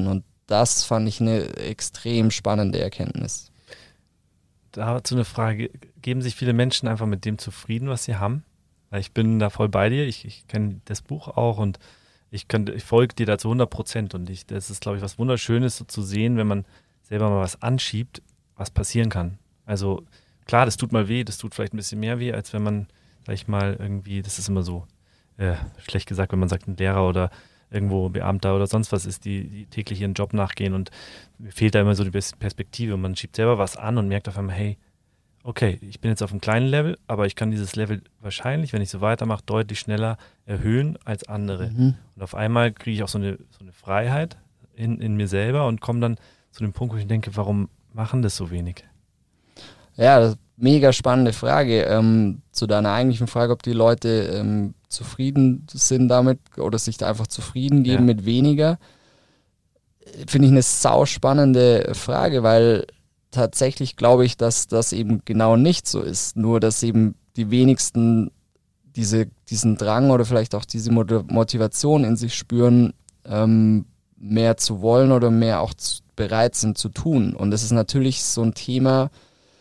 [SPEAKER 4] das fand ich eine extrem spannende Erkenntnis.
[SPEAKER 3] Dazu eine Frage, geben sich viele Menschen einfach mit dem zufrieden, was sie haben? Weil ich bin da voll bei dir, ich, ich kenne das Buch auch und ich, kann, ich folge dir da zu hundert Prozent und ich, das ist, glaube ich, was Wunderschönes so zu sehen, wenn man selber mal was anschiebt, was passieren kann. Also klar, das tut mal weh, das tut vielleicht ein bisschen mehr weh, als wenn man, sag ich mal, irgendwie, das ist immer so äh, schlecht gesagt, wenn man sagt, ein Lehrer oder irgendwo Beamter oder sonst was ist, die, die täglich ihren Job nachgehen und mir fehlt da immer so die Perspektive und man schiebt selber was an und merkt auf einmal, hey, okay, ich bin jetzt auf einem kleinen Level, aber ich kann dieses Level wahrscheinlich, wenn ich so weitermache, deutlich schneller erhöhen als andere. Mhm. Und auf einmal kriege ich auch so eine, so eine Freiheit in, in mir selber und komme dann zu dem Punkt, wo ich denke, warum machen das so wenig?
[SPEAKER 4] Ja, das ist eine mega spannende Frage. Ähm, zu deiner eigentlichen Frage, ob die Leute ähm, zufrieden sind damit oder sich da einfach zufrieden geben ja. mit weniger, finde ich eine sauspannende Frage, weil tatsächlich glaube ich, dass das eben genau nicht so ist. Nur, dass eben die wenigsten diese, diesen Drang oder vielleicht auch diese Motivation in sich spüren, ähm, mehr zu wollen oder mehr auch zu, bereit sind zu tun. Und das ist natürlich so ein Thema,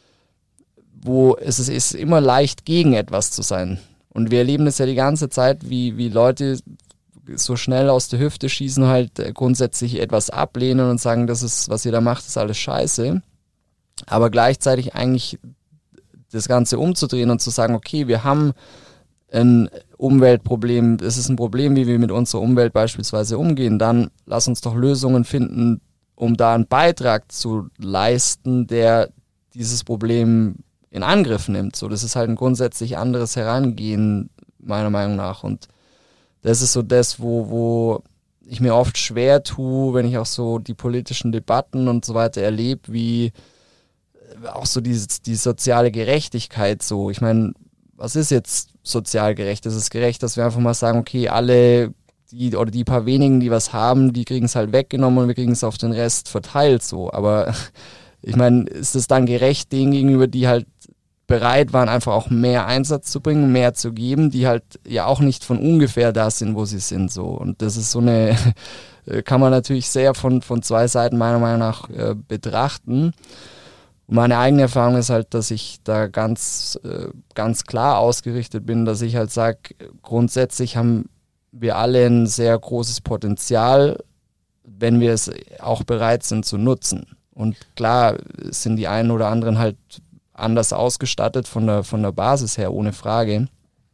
[SPEAKER 4] wo es ist, ist immer leicht, gegen etwas zu sein. Und wir erleben das ja die ganze Zeit, wie, wie Leute so schnell aus der Hüfte schießen, halt grundsätzlich etwas ablehnen und sagen, das ist, was ihr da macht, ist alles scheiße. Aber gleichzeitig eigentlich das Ganze umzudrehen und zu sagen, okay, wir haben ein Umweltproblem, es ist ein Problem, wie wir mit unserer Umwelt beispielsweise umgehen, dann lass uns doch Lösungen finden, um da einen Beitrag zu leisten, der dieses Problem in Angriff nimmt. So, das ist halt ein grundsätzlich anderes Herangehen, meiner Meinung nach. Und das ist so das, wo, wo ich mir oft schwer tue, wenn ich auch so die politischen Debatten und so weiter erlebe, wie auch so die, die soziale Gerechtigkeit so. Ich meine, was ist jetzt sozial gerecht? Ist es gerecht, dass wir einfach mal sagen, okay, alle die oder die paar wenigen, die was haben, die kriegen es halt weggenommen und wir kriegen es auf den Rest verteilt so. Aber ich meine, ist es dann gerecht denen gegenüber, die halt bereit waren, einfach auch mehr Einsatz zu bringen, mehr zu geben, die halt ja auch nicht von ungefähr da sind, wo sie sind so. Und das ist so eine, kann man natürlich sehr von, von zwei Seiten meiner Meinung nach äh, betrachten. Und meine eigene Erfahrung ist halt, dass ich da ganz, äh, ganz klar ausgerichtet bin, dass ich halt sage, grundsätzlich haben wir alle ein sehr großes Potenzial, wenn wir es auch bereit sind zu nutzen. Und klar sind die einen oder anderen halt anders ausgestattet von der, von der Basis her, ohne Frage.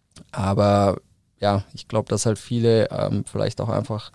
[SPEAKER 4] Aber ja, ich glaube, dass halt viele ähm, vielleicht auch einfach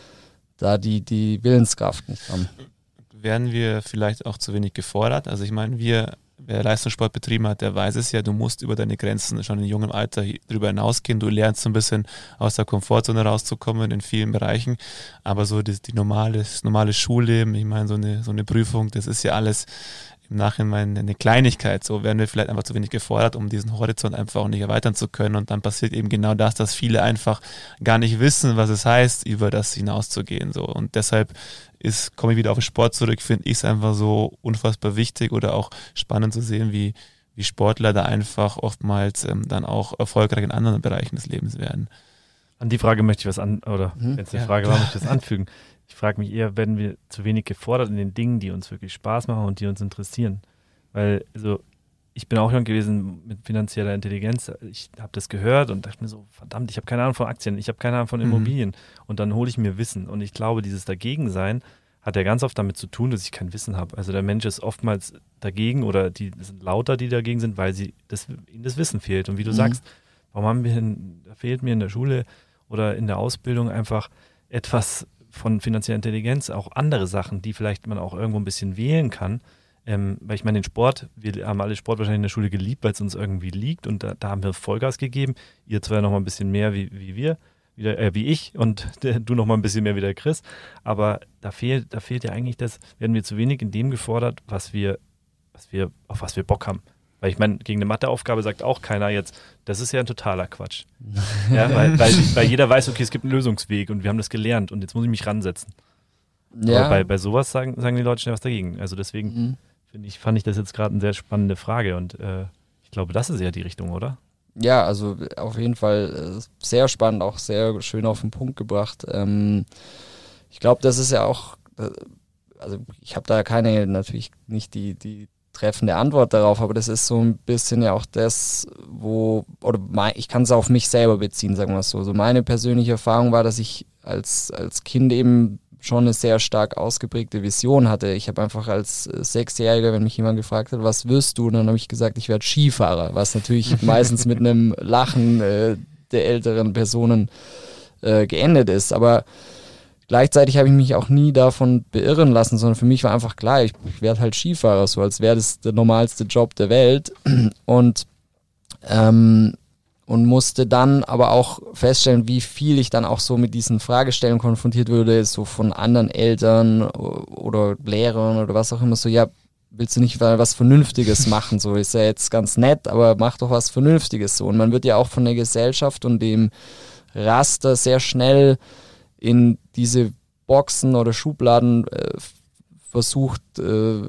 [SPEAKER 4] da die, die Willenskraft nicht haben.
[SPEAKER 2] Werden wir vielleicht auch zu wenig gefordert? Also ich meine, wir, wer Leistungssport betrieben hat, der weiß es ja, du musst über deine Grenzen schon in jungem Alter drüber hinausgehen. Du lernst so ein bisschen aus der Komfortzone rauszukommen in vielen Bereichen. Aber so das, die normale, das normale Schulleben, ich meine, so eine, so eine Prüfung, das ist ja alles im Nachhinein eine Kleinigkeit. So werden wir vielleicht einfach zu wenig gefordert, um diesen Horizont einfach auch nicht erweitern zu können. Und dann passiert eben genau das, dass viele einfach gar nicht wissen, was es heißt, über das hinauszugehen. So. Und deshalb ist, komme ich wieder auf den Sport zurück, finde ich es einfach so unfassbar wichtig oder auch spannend zu sehen, wie, wie Sportler da einfach oftmals ähm, dann auch erfolgreich in anderen Bereichen des Lebens werden.
[SPEAKER 3] An die Frage möchte ich was an, oder hm, wenn es eine ja, Frage war, möchte ich das anfügen. Ich frage mich eher, werden wir zu wenig gefordert in den Dingen, die uns wirklich Spaß machen und die uns interessieren? Weil, also, ich bin auch jung gewesen mit finanzieller Intelligenz. Ich habe das gehört und dachte mir so, verdammt, ich habe keine Ahnung von Aktien, ich habe keine Ahnung von Immobilien. Mhm. Und dann hole ich mir Wissen. Und ich glaube, dieses Dagegensein hat ja ganz oft damit zu tun, dass ich kein Wissen habe. Also der Mensch ist oftmals dagegen oder die sind lauter, die dagegen sind, weil sie das, ihnen das Wissen fehlt. Und wie du mhm. sagst, warum haben wir, in, da fehlt mir in der Schule oder in der Ausbildung einfach etwas von finanzieller Intelligenz, auch andere Sachen, die vielleicht man auch irgendwo ein bisschen wählen kann. Ähm, weil ich meine, den Sport, wir haben alle Sport wahrscheinlich in der Schule geliebt, weil es uns irgendwie liegt und da, da haben wir Vollgas gegeben. Ihr zwar noch mal ein bisschen mehr wie, wie wir, wieder, äh, wie ich und der, du noch mal ein bisschen mehr wie der Chris, aber da fehlt, da fehlt ja eigentlich das, werden wir zu wenig in dem gefordert, was wir, was wir, auf was wir Bock haben. Weil ich meine, gegen eine Matheaufgabe sagt auch keiner jetzt, das ist ja ein totaler Quatsch. Ja, weil, weil, weil jeder weiß, okay, es gibt einen Lösungsweg und wir haben das gelernt und jetzt muss ich mich ransetzen. Ja. Aber bei, bei sowas sagen, sagen die Leute schnell was dagegen. Also deswegen mhm. finde ich, fand ich das jetzt gerade eine sehr spannende Frage und äh, ich glaube, das ist ja die Richtung, oder?
[SPEAKER 4] Ja, also auf jeden Fall äh, sehr spannend, auch sehr schön auf den Punkt gebracht. Ähm, ich glaube, das ist ja auch, äh, also ich habe da keine, natürlich nicht die, die treffende Antwort darauf, aber das ist so ein bisschen ja auch das, wo, oder mein, ich kann es auf mich selber beziehen, sagen wir es so. So meine persönliche Erfahrung war, dass ich als, als Kind eben schon eine sehr stark ausgeprägte Vision hatte. Ich habe einfach als Sechsjähriger, wenn mich jemand gefragt hat, was wirst du, dann habe ich gesagt, ich werde Skifahrer, was natürlich meistens mit einem Lachen äh, der älteren Personen äh, geendet ist. Aber gleichzeitig habe ich mich auch nie davon beirren lassen, sondern für mich war einfach klar, ich, ich werde halt Skifahrer, so als wäre das der normalste Job der Welt. Und ähm, und musste dann aber auch feststellen, wie viel ich dann auch so mit diesen Fragestellungen konfrontiert würde, so von anderen Eltern oder Lehrern oder was auch immer, so, ja, willst du nicht was Vernünftiges machen, so, ist ja jetzt ganz nett, aber mach doch was Vernünftiges, so. Und man wird ja auch von der Gesellschaft und dem Raster sehr schnell in diese Boxen oder Schubladen äh, versucht äh,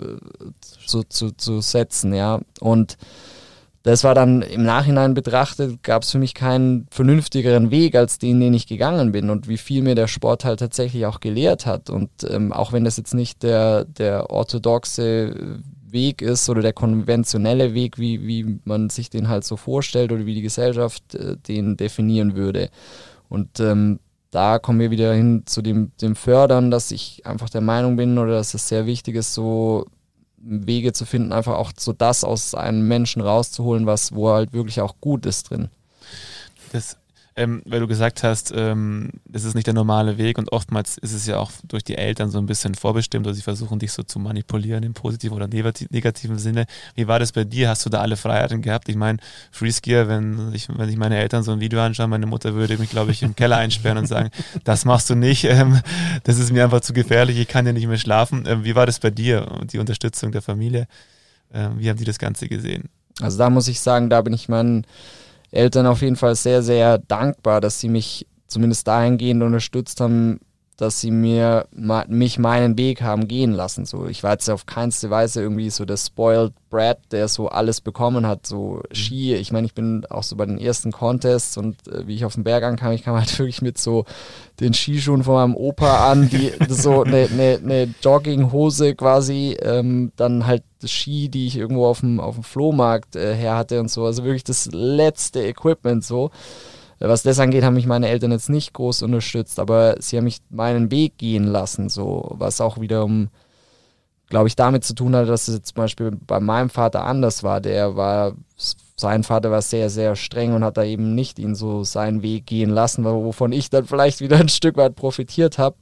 [SPEAKER 4] so zu, zu setzen, ja, und das war dann im Nachhinein betrachtet, gab es für mich keinen vernünftigeren Weg als den, den ich gegangen bin und wie viel mir der Sport halt tatsächlich auch gelehrt hat. Und ähm, auch wenn das jetzt nicht der, der orthodoxe Weg ist oder der konventionelle Weg, wie, wie man sich den halt so vorstellt oder wie die Gesellschaft äh, den definieren würde. Und ähm, da kommen wir wieder hin zu dem, dem Fördern, dass ich einfach der Meinung bin oder dass es sehr wichtig ist, so Wege zu finden, einfach auch so das aus einem Menschen rauszuholen, was wo halt wirklich auch gut ist drin.
[SPEAKER 2] Das, ähm, weil du gesagt hast, ähm, das ist nicht der normale Weg und oftmals ist es ja auch durch die Eltern so ein bisschen vorbestimmt oder sie versuchen dich so zu manipulieren im positiven oder negativen Sinne. Wie war das bei dir? Hast du da alle Freiheiten gehabt? Ich meine, Freeskier, wenn ich, wenn ich meine Eltern so ein Video anschaue, meine Mutter würde mich, glaube ich, im Keller einsperren und sagen, das machst du nicht, ähm, das ist mir einfach zu gefährlich, ich kann ja nicht mehr schlafen. Ähm, wie war das bei dir und die Unterstützung der Familie? Ähm, wie haben die das Ganze gesehen?
[SPEAKER 4] Also da muss ich sagen, da bin ich meinen Eltern auf jeden Fall sehr, sehr dankbar, dass sie mich zumindest dahingehend unterstützt haben, dass sie mir mich meinen Weg haben gehen lassen. So, ich war jetzt auf keinste Weise irgendwie so der Spoiled Brat, der so alles bekommen hat, so Ski. Ich meine, ich bin auch so bei den ersten Contests und äh, wie ich auf den Berg ankam, ich kam halt wirklich mit so den Skischuhen von meinem Opa an, die so eine ne, ne Jogginghose quasi, ähm, dann halt Ski, die ich irgendwo auf dem, auf dem Flohmarkt äh, her hatte und so. Also wirklich das letzte Equipment so. Was das angeht, haben mich meine Eltern jetzt nicht groß unterstützt, aber sie haben mich meinen Weg gehen lassen, so, was auch wiederum, glaube ich, damit zu tun hat, dass es jetzt zum Beispiel bei meinem Vater anders war. Der war, sein Vater war sehr, sehr streng und hat da eben nicht ihn so seinen Weg gehen lassen, wovon ich dann vielleicht wieder ein Stück weit profitiert habe.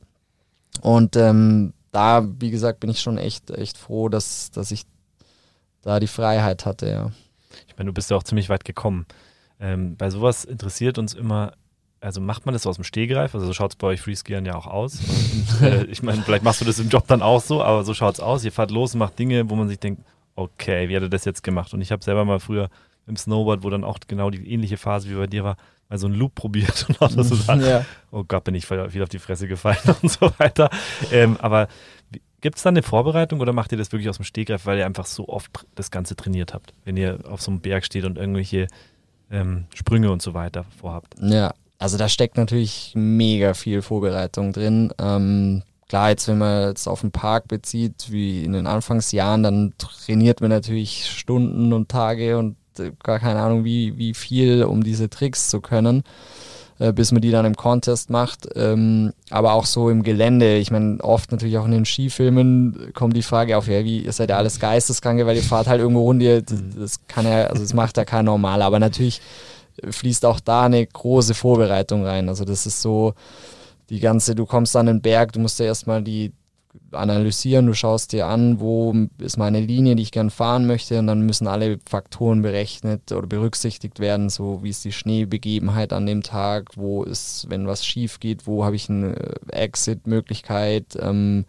[SPEAKER 4] Und ähm, da, wie gesagt, bin ich schon echt, echt froh, dass, dass ich da die Freiheit hatte, ja.
[SPEAKER 3] Ich meine, du bist ja auch ziemlich weit gekommen. Ähm, bei sowas interessiert uns immer, also macht man das aus dem Stehgreif? Also so schaut es bei euch Freeskiern ja auch aus. Und, äh, ich meine, vielleicht machst du das im Job dann auch so, aber so schaut es aus. Ihr fahrt los und macht Dinge, wo man sich denkt, okay, wie hat er das jetzt gemacht? Und ich habe selber mal früher im Snowboard, wo dann auch genau die ähnliche Phase wie bei dir war, mal so einen Loop probiert und auch so sagen, ja. Oh Gott, bin ich viel auf die Fresse gefallen und so weiter. Ähm, aber gibt es da eine Vorbereitung oder macht ihr das wirklich aus dem Stehgreif, weil ihr einfach so oft das Ganze trainiert habt, wenn ihr auf so einem Berg steht und irgendwelche Ähm, Sprünge und so weiter vorhabt?
[SPEAKER 4] Ja, also da steckt natürlich mega viel Vorbereitung drin. Ähm, klar, jetzt wenn man jetzt auf den Park bezieht, wie in den Anfangsjahren, dann trainiert man natürlich Stunden und Tage und äh, gar keine Ahnung wie, wie viel, um diese Tricks zu können, äh, bis man die dann im Contest macht. Ähm, aber auch so im Gelände, ich meine, oft natürlich auch in den Skifilmen kommt die Frage auf, ja, wie, ihr seid ja alles Geisteskranke, weil ihr fahrt halt irgendwo runter, das, das kann ja, also das macht ja kein Normaler, aber natürlich fließt auch da eine große Vorbereitung rein. Also das ist so die ganze, du kommst an den Berg, du musst ja erstmal die analysieren, du schaust dir an, wo ist meine Linie, die ich gern fahren möchte, und dann müssen alle Faktoren berechnet oder berücksichtigt werden, so wie ist die Schneebegebenheit an dem Tag, wo ist, wenn was schief geht, wo habe ich eine Exit-Möglichkeit, ähm,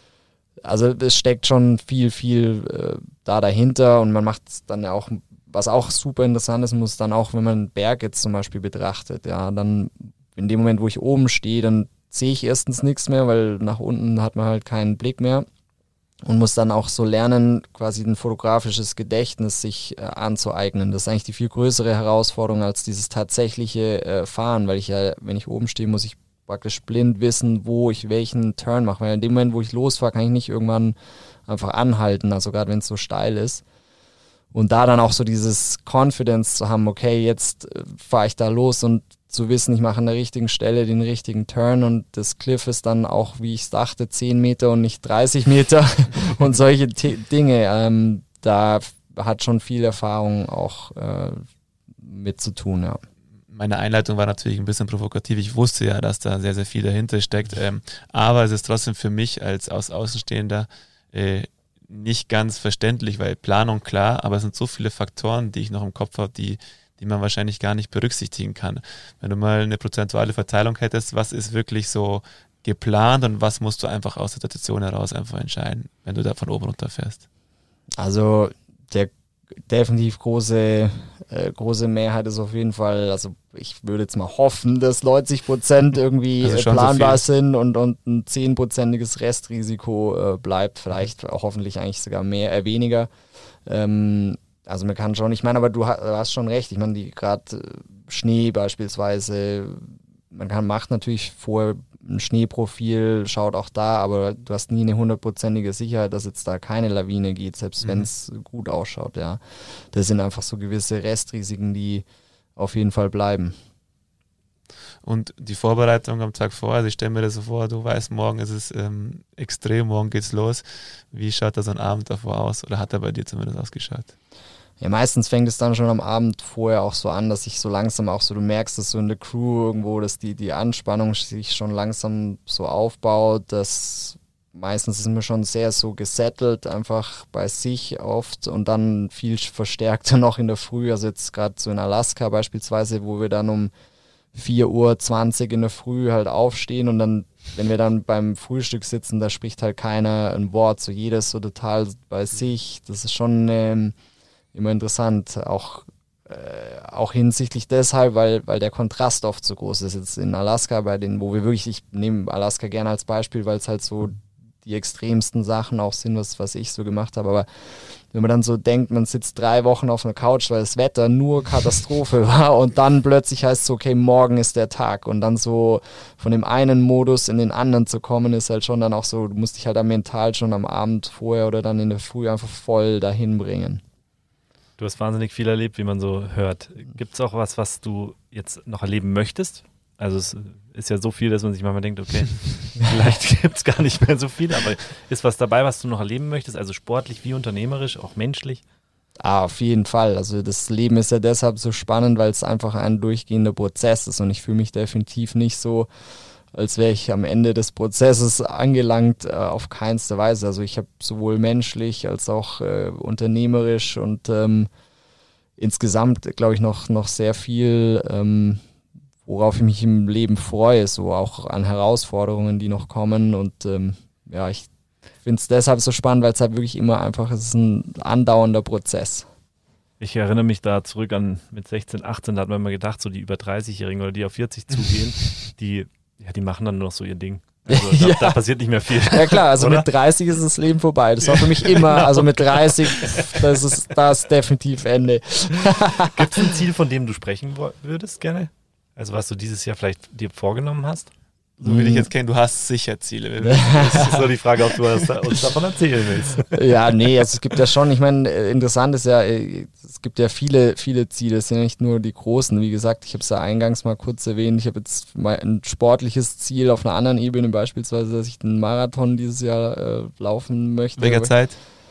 [SPEAKER 4] also es steckt schon viel, viel äh, da dahinter und man macht dann ja auch, was auch super interessant ist, muss dann auch, wenn man einen Berg jetzt zum Beispiel betrachtet, ja, dann in dem Moment, wo ich oben stehe, dann sehe ich erstens nichts mehr, weil nach unten hat man halt keinen Blick mehr und muss dann auch so lernen, quasi ein fotografisches Gedächtnis sich äh, anzueignen. Das ist eigentlich die viel größere Herausforderung als dieses tatsächliche äh, Fahren, weil ich ja, wenn ich oben stehe, muss ich praktisch blind wissen, wo ich welchen Turn mache. Weil in dem Moment, wo ich losfahre, kann ich nicht irgendwann einfach anhalten, also gerade wenn es so steil ist. Und da dann auch so dieses Confidence zu haben, okay, jetzt fahre ich da los und zu wissen, ich mache an der richtigen Stelle den richtigen Turn und das Cliff ist dann auch, wie ich es dachte, zehn Meter und nicht dreißig Meter und solche T- Dinge. Ähm, da hat schon viel Erfahrung auch äh, mit zu tun, ja.
[SPEAKER 2] Meine Einleitung war natürlich ein bisschen provokativ. Ich wusste ja, dass da sehr, sehr viel dahinter steckt. Ähm, aber es ist trotzdem für mich als aus Außenstehender äh, nicht ganz verständlich, weil Planung klar, aber es sind so viele Faktoren, die ich noch im Kopf habe, die, die man wahrscheinlich gar nicht berücksichtigen kann. Wenn du mal eine prozentuale Verteilung hättest, was ist wirklich so geplant und was musst du einfach aus der Situation heraus einfach entscheiden, wenn du da von oben runter fährst?
[SPEAKER 4] Also der definitiv große, äh, große Mehrheit ist auf jeden Fall, also ich würde jetzt mal hoffen, dass neunzig Prozent irgendwie
[SPEAKER 2] also
[SPEAKER 4] planbar
[SPEAKER 2] so
[SPEAKER 4] sind und, und ein zehnprozentiges Restrisiko äh, bleibt, vielleicht hoffentlich eigentlich sogar mehr, äh, weniger. Ähm, also man kann schon, ich meine, aber du hast, du hast schon recht, ich meine, die gerade Schnee beispielsweise, man kann, macht natürlich vorher ein Schneeprofil, schaut auch da, aber du hast nie eine hundertprozentige Sicherheit, dass jetzt da keine Lawine geht, selbst mhm. wenn es gut ausschaut, ja. Das sind einfach so gewisse Restrisiken, die auf jeden Fall bleiben.
[SPEAKER 2] Und die Vorbereitung am Tag vorher, also ich stelle mir das so vor, du weißt, morgen ist es ähm, extrem, morgen geht's los. Wie schaut da so ein Abend davor aus? Oder hat er bei dir zumindest ausgeschaut?
[SPEAKER 4] Ja, meistens fängt es dann schon am Abend vorher auch so an, dass ich so langsam auch so, du merkst es so in der Crew irgendwo, dass die, die Anspannung sich schon langsam so aufbaut, dass meistens ist man schon sehr so gesettelt, einfach bei sich oft und dann viel verstärkter noch in der Früh, also jetzt gerade so in Alaska beispielsweise, wo wir dann um vier Uhr zwanzig in der Früh halt aufstehen und dann, wenn wir dann beim Frühstück sitzen, da spricht halt keiner ein Wort, so jeder ist so total bei sich, das ist schon ähm, immer interessant, auch, äh, auch hinsichtlich deshalb, weil, weil der Kontrast oft so groß ist. Jetzt in Alaska, bei denen, wo wir wirklich, ich nehme Alaska gerne als Beispiel, weil es halt so die extremsten Sachen auch sind, was, was ich so gemacht habe. Aber wenn man dann so denkt, man sitzt drei Wochen auf einer Couch, weil das Wetter nur Katastrophe war und dann plötzlich heißt es so, okay, morgen ist der Tag und dann so von dem einen Modus in den anderen zu kommen, ist halt schon dann auch so, du musst dich halt dann mental schon am Abend vorher oder dann in der Früh einfach voll dahin bringen.
[SPEAKER 3] Du hast wahnsinnig viel erlebt, wie man so hört. Gibt es auch was, was du jetzt noch erleben möchtest? Also es ist ja so viel, dass man sich manchmal denkt, okay, vielleicht gibt es gar nicht mehr so viel, aber ist was dabei, was du noch erleben möchtest? Also sportlich wie unternehmerisch, auch menschlich?
[SPEAKER 4] Ah, auf jeden Fall. Also das Leben ist ja deshalb so spannend, weil es einfach ein durchgehender Prozess ist und ich fühle mich definitiv nicht so, als wäre ich am Ende des Prozesses angelangt, äh, auf keinste Weise. Also ich habe sowohl menschlich als auch äh, unternehmerisch und ähm, insgesamt, glaube ich, noch, noch sehr viel, ähm, worauf ich mich im Leben freue, so auch an Herausforderungen, die noch kommen. Und ähm, ja, ich finde es deshalb so spannend, weil es halt wirklich immer einfach, es ist ein andauernder Prozess.
[SPEAKER 3] Ich erinnere mich da zurück an mit sechzehn, achtzehn, da hat man immer gedacht, so die über dreißigjährigen oder die auf vierzig zugehen, die Ja, die machen dann nur noch so ihr Ding. Also da,
[SPEAKER 4] ja.
[SPEAKER 3] da passiert nicht mehr viel.
[SPEAKER 4] Ja klar, also
[SPEAKER 3] oder?
[SPEAKER 4] Mit dreißig ist das Leben vorbei. Das war für mich immer, genau. Also mit dreißig, das ist das definitiv Ende.
[SPEAKER 3] Gibt es ein Ziel, von dem du sprechen würdest gerne? Also was du dieses Jahr vielleicht dir vorgenommen hast?
[SPEAKER 2] So wie ich jetzt kenne, du hast sicher Ziele.
[SPEAKER 3] Das ist so die Frage, ob du uns davon erzählen willst.
[SPEAKER 4] Ja, nee, also es gibt ja schon, ich meine, interessant ist ja, es gibt ja viele, viele Ziele, es sind ja nicht nur die großen. Wie gesagt, ich habe es ja eingangs mal kurz erwähnt, ich habe jetzt mal ein sportliches Ziel auf einer anderen Ebene, beispielsweise, dass ich den Marathon dieses Jahr äh, laufen möchte.
[SPEAKER 2] Welcher Zeit?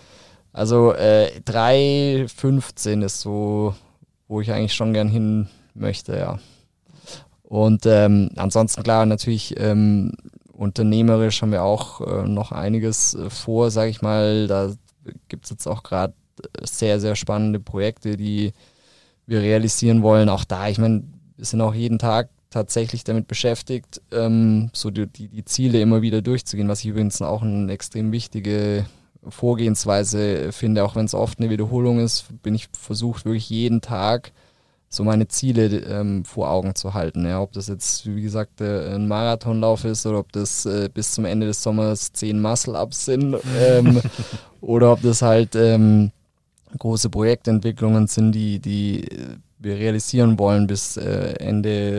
[SPEAKER 4] Also äh, drei fünfzehn ist so, wo ich eigentlich schon gern hin möchte, ja. Und ähm, ansonsten klar, natürlich ähm, unternehmerisch haben wir auch äh, noch einiges äh, vor, sage ich mal. Da gibt es jetzt auch gerade sehr, sehr spannende Projekte, die wir realisieren wollen. Auch da, ich meine, wir sind auch jeden Tag tatsächlich damit beschäftigt, ähm, so die, die, die Ziele immer wieder durchzugehen, was ich übrigens auch eine extrem wichtige Vorgehensweise finde, auch wenn es oft eine Wiederholung ist, bin ich versucht, wirklich jeden Tag so meine Ziele ähm, vor Augen zu halten. Ja, ob das jetzt, wie gesagt, äh, ein Marathonlauf ist oder ob das äh, bis zum Ende des Sommers zehn Muscle-Ups sind ähm, oder ob das halt ähm, große Projektentwicklungen sind, die, die wir realisieren wollen bis äh, Ende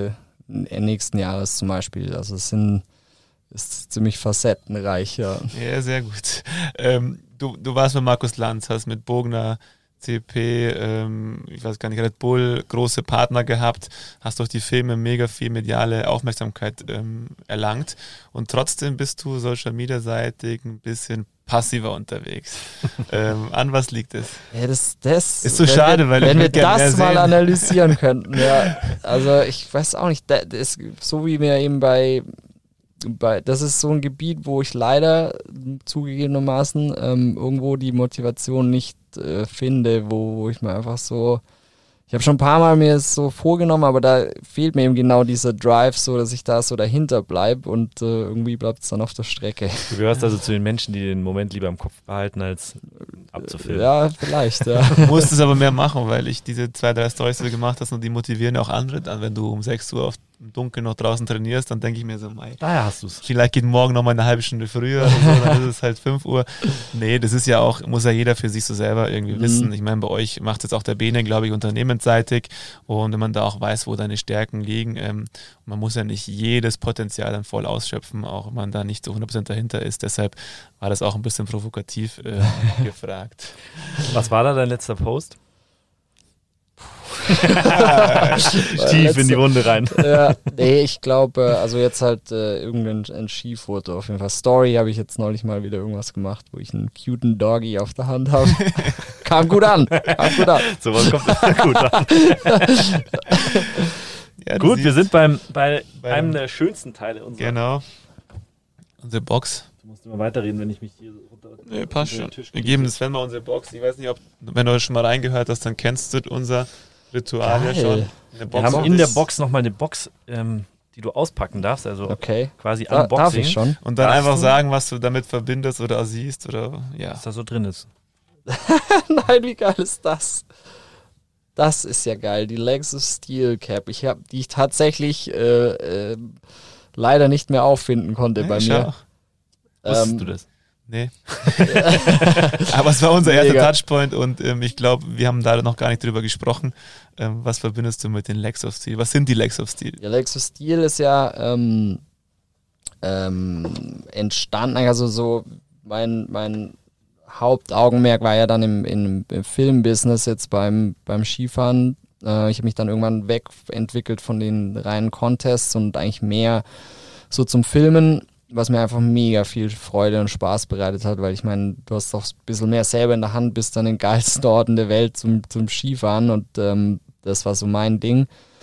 [SPEAKER 4] nächsten Jahres zum Beispiel. Also es sind ist ziemlich facettenreich, ja.
[SPEAKER 2] Ja, sehr gut. Ähm, du, du warst mit Markus Lanz, hast mit Bogner, C P, ähm, ich weiß gar nicht, Red Bull, große Partner gehabt, hast durch die Filme mega viel mediale Aufmerksamkeit ähm, erlangt und trotzdem bist du social media seitig ein bisschen passiver unterwegs. ähm, an was liegt es?
[SPEAKER 4] Ja, das, das
[SPEAKER 2] ist so schade,
[SPEAKER 4] wir,
[SPEAKER 2] weil
[SPEAKER 4] wenn wir
[SPEAKER 2] ich gerne
[SPEAKER 4] das
[SPEAKER 2] mehr
[SPEAKER 4] mal
[SPEAKER 2] sehen.
[SPEAKER 4] analysieren könnten. Ja, also ich weiß auch nicht, das ist, so wie mir eben bei, bei, das ist so ein Gebiet, wo ich leider zugegebenermaßen ähm, irgendwo die Motivation nicht äh, finde, wo, wo ich mir einfach so, ich habe schon ein paar Mal mir es so vorgenommen, aber da fehlt mir eben genau dieser Drive, so dass ich da so dahinter bleibe und äh, irgendwie bleibt es dann auf der Strecke.
[SPEAKER 3] Du gehörst also zu den Menschen, die den Moment lieber im Kopf behalten, als abzufilmen.
[SPEAKER 4] Ja, vielleicht, ja.
[SPEAKER 2] Du musst es aber mehr machen, weil ich diese zwei, drei Storys, die du gemacht hast, und die motivieren auch andere dann, wenn du um sechs Uhr auf im Dunkeln noch draußen trainierst, dann denke ich mir so, mei,
[SPEAKER 3] daher hast du es.
[SPEAKER 2] Vielleicht geht morgen noch mal eine halbe Stunde früher oder so, dann ist es halt fünf Uhr. Nee, das ist ja auch, muss ja jeder für sich so selber irgendwie
[SPEAKER 4] Mhm.
[SPEAKER 2] wissen. Ich meine, bei euch macht jetzt auch der Bene, glaube ich, unternehmensseitig, und wenn man da auch weiß, wo deine Stärken liegen, ähm, man muss ja nicht jedes Potenzial dann voll ausschöpfen, auch wenn man da nicht so hundert Prozent dahinter ist. Deshalb war das auch ein bisschen provokativ äh, gefragt.
[SPEAKER 3] Was war da dein letzter Post?
[SPEAKER 4] Tief
[SPEAKER 3] Tief in die Wunde rein.
[SPEAKER 4] Ja, nee, ich glaube, also jetzt halt äh, irgendein ein Skifoto auf jeden Fall. Story habe ich jetzt neulich mal wieder irgendwas gemacht, wo ich einen cuten Doggy auf der Hand habe. Kam gut an. Kam gut an.
[SPEAKER 3] So was kommt gut an.
[SPEAKER 2] Ja,
[SPEAKER 3] Gut,
[SPEAKER 2] siehst,
[SPEAKER 3] wir sind beim, bei
[SPEAKER 2] beim-
[SPEAKER 3] einem der schönsten Teile unserer.
[SPEAKER 2] Genau. Unsere Box.
[SPEAKER 3] Du musst immer weiterreden, wenn ich mich hier runter.
[SPEAKER 2] Nee, passt
[SPEAKER 3] unter
[SPEAKER 2] schon.
[SPEAKER 3] den Tisch
[SPEAKER 2] Wir
[SPEAKER 3] kniete.
[SPEAKER 2] geben das Sven mal unsere Box. Ich weiß nicht, ob, wenn du schon mal reingehört hast, dann kennst du unser Ritual ja
[SPEAKER 4] Geil.
[SPEAKER 2] schon. Eine
[SPEAKER 3] Wir haben
[SPEAKER 2] und
[SPEAKER 3] in der
[SPEAKER 2] das-
[SPEAKER 3] Box nochmal eine Box, ähm, die du auspacken darfst, also
[SPEAKER 4] Okay.
[SPEAKER 3] quasi
[SPEAKER 4] Da,
[SPEAKER 3] Unboxing,
[SPEAKER 4] darf ich schon?
[SPEAKER 2] Und dann
[SPEAKER 3] Darfst
[SPEAKER 2] einfach
[SPEAKER 3] du?
[SPEAKER 2] sagen, was du damit verbindest oder siehst oder ja.
[SPEAKER 3] was da so drin ist.
[SPEAKER 4] Nein, wie geil ist das? Das ist ja geil. Die Lexus Steel Cap. Ich habe die ich tatsächlich äh, äh, leider nicht mehr auffinden konnte bei
[SPEAKER 2] ich
[SPEAKER 4] mir.
[SPEAKER 2] auch.
[SPEAKER 3] Wusstest
[SPEAKER 4] Ähm,
[SPEAKER 3] du das?
[SPEAKER 2] Nee. Aber es war unser erster
[SPEAKER 4] Mega.
[SPEAKER 2] Touchpoint und ähm, ich glaube, wir haben da noch gar nicht drüber gesprochen. Ähm, was verbindest du mit den Legs of Steel? Was sind die Legs of Steel?
[SPEAKER 4] Ja, Lexus Steel ist ja ähm, ähm, entstanden, also so mein, mein Hauptaugenmerk war ja dann im, im, im Filmbusiness jetzt beim, beim Skifahren. Äh, ich habe mich dann irgendwann wegentwickelt von den reinen Contests und eigentlich mehr so zum Filmen, was mir einfach mega viel Freude und Spaß bereitet hat, weil ich meine, du hast doch ein bisschen mehr selber in der Hand, bist an den geilsten Orten der Welt zum, zum Skifahren und ähm, das war so mein Ding.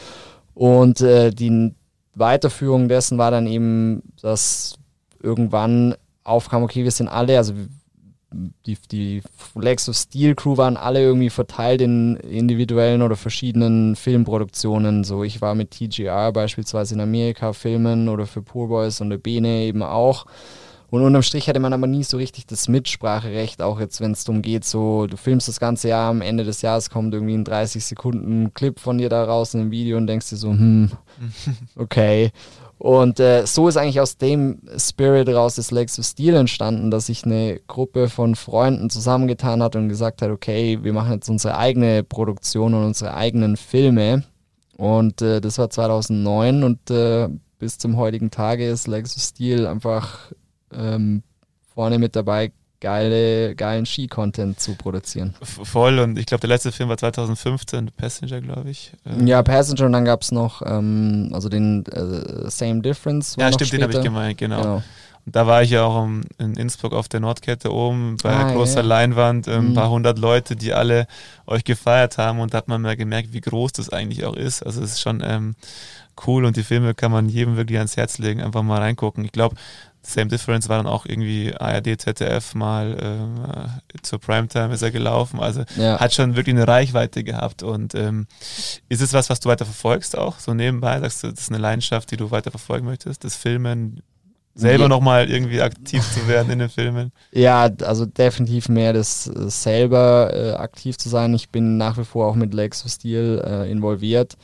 [SPEAKER 4] Und äh, die Weiterführung dessen war dann eben, dass irgendwann aufkam, okay, wir sind alle, also die, die Lexus Steel Crew waren alle irgendwie verteilt in individuellen oder verschiedenen Filmproduktionen. So, ich war mit T G R beispielsweise in Amerika filmen oder für Poor Boys und der Bene eben auch. Und unterm Strich hatte man aber nie so richtig das Mitspracherecht, auch jetzt, wenn es darum geht, so, du filmst das ganze Jahr, am Ende des Jahres kommt irgendwie ein dreißig Sekunden Clip von dir da raus in einem Video und denkst dir so, hm, okay. Und äh, so ist eigentlich aus dem Spirit raus das Lexus Steel entstanden, dass sich eine Gruppe von Freunden zusammengetan hat und gesagt hat, okay, wir machen jetzt unsere eigene Produktion und unsere eigenen Filme. Und äh, das war zweitausendneun und äh, bis zum heutigen Tage ist Lexus Steel einfach ähm, vorne mit dabei, geile, geilen Ski-Content zu produzieren.
[SPEAKER 2] F- Voll, und ich glaube, der letzte Film war zweitausendfünfzehn, Passenger, glaube ich. Ähm,
[SPEAKER 4] Ja, Passenger, und dann gab es noch ähm, also den äh, Same Difference. war
[SPEAKER 2] ja
[SPEAKER 4] noch
[SPEAKER 2] stimmt, den habe ich
[SPEAKER 4] später.
[SPEAKER 2] gemeint, genau.
[SPEAKER 4] Genau.
[SPEAKER 2] Und da war ich ja auch um, in Innsbruck auf der Nordkette oben bei
[SPEAKER 4] Ah,
[SPEAKER 2] großer
[SPEAKER 4] ja.
[SPEAKER 2] Leinwand, ähm, ein
[SPEAKER 4] Mhm.
[SPEAKER 2] paar hundert Leute, die alle euch gefeiert haben, und da hat man mal gemerkt, wie groß das eigentlich auch ist. Also es ist schon ähm, cool, und die Filme kann man jedem wirklich ans Herz legen, einfach mal reingucken. Ich glaube, Same Difference war dann auch irgendwie A R D, Z D F mal äh, zur Primetime ist er gelaufen, also
[SPEAKER 4] Ja.
[SPEAKER 2] hat schon wirklich eine Reichweite gehabt. Und ähm, ist es was, was du weiter verfolgst auch, so nebenbei? Sagst du, das ist eine Leidenschaft, die du weiter verfolgen möchtest, das Filmen, selber
[SPEAKER 4] Je-
[SPEAKER 2] nochmal irgendwie aktiv zu werden in den Filmen?
[SPEAKER 4] Ja, also definitiv mehr das äh, selber äh, aktiv zu sein. Ich bin nach wie vor auch mit Lexus Steel äh, involviert.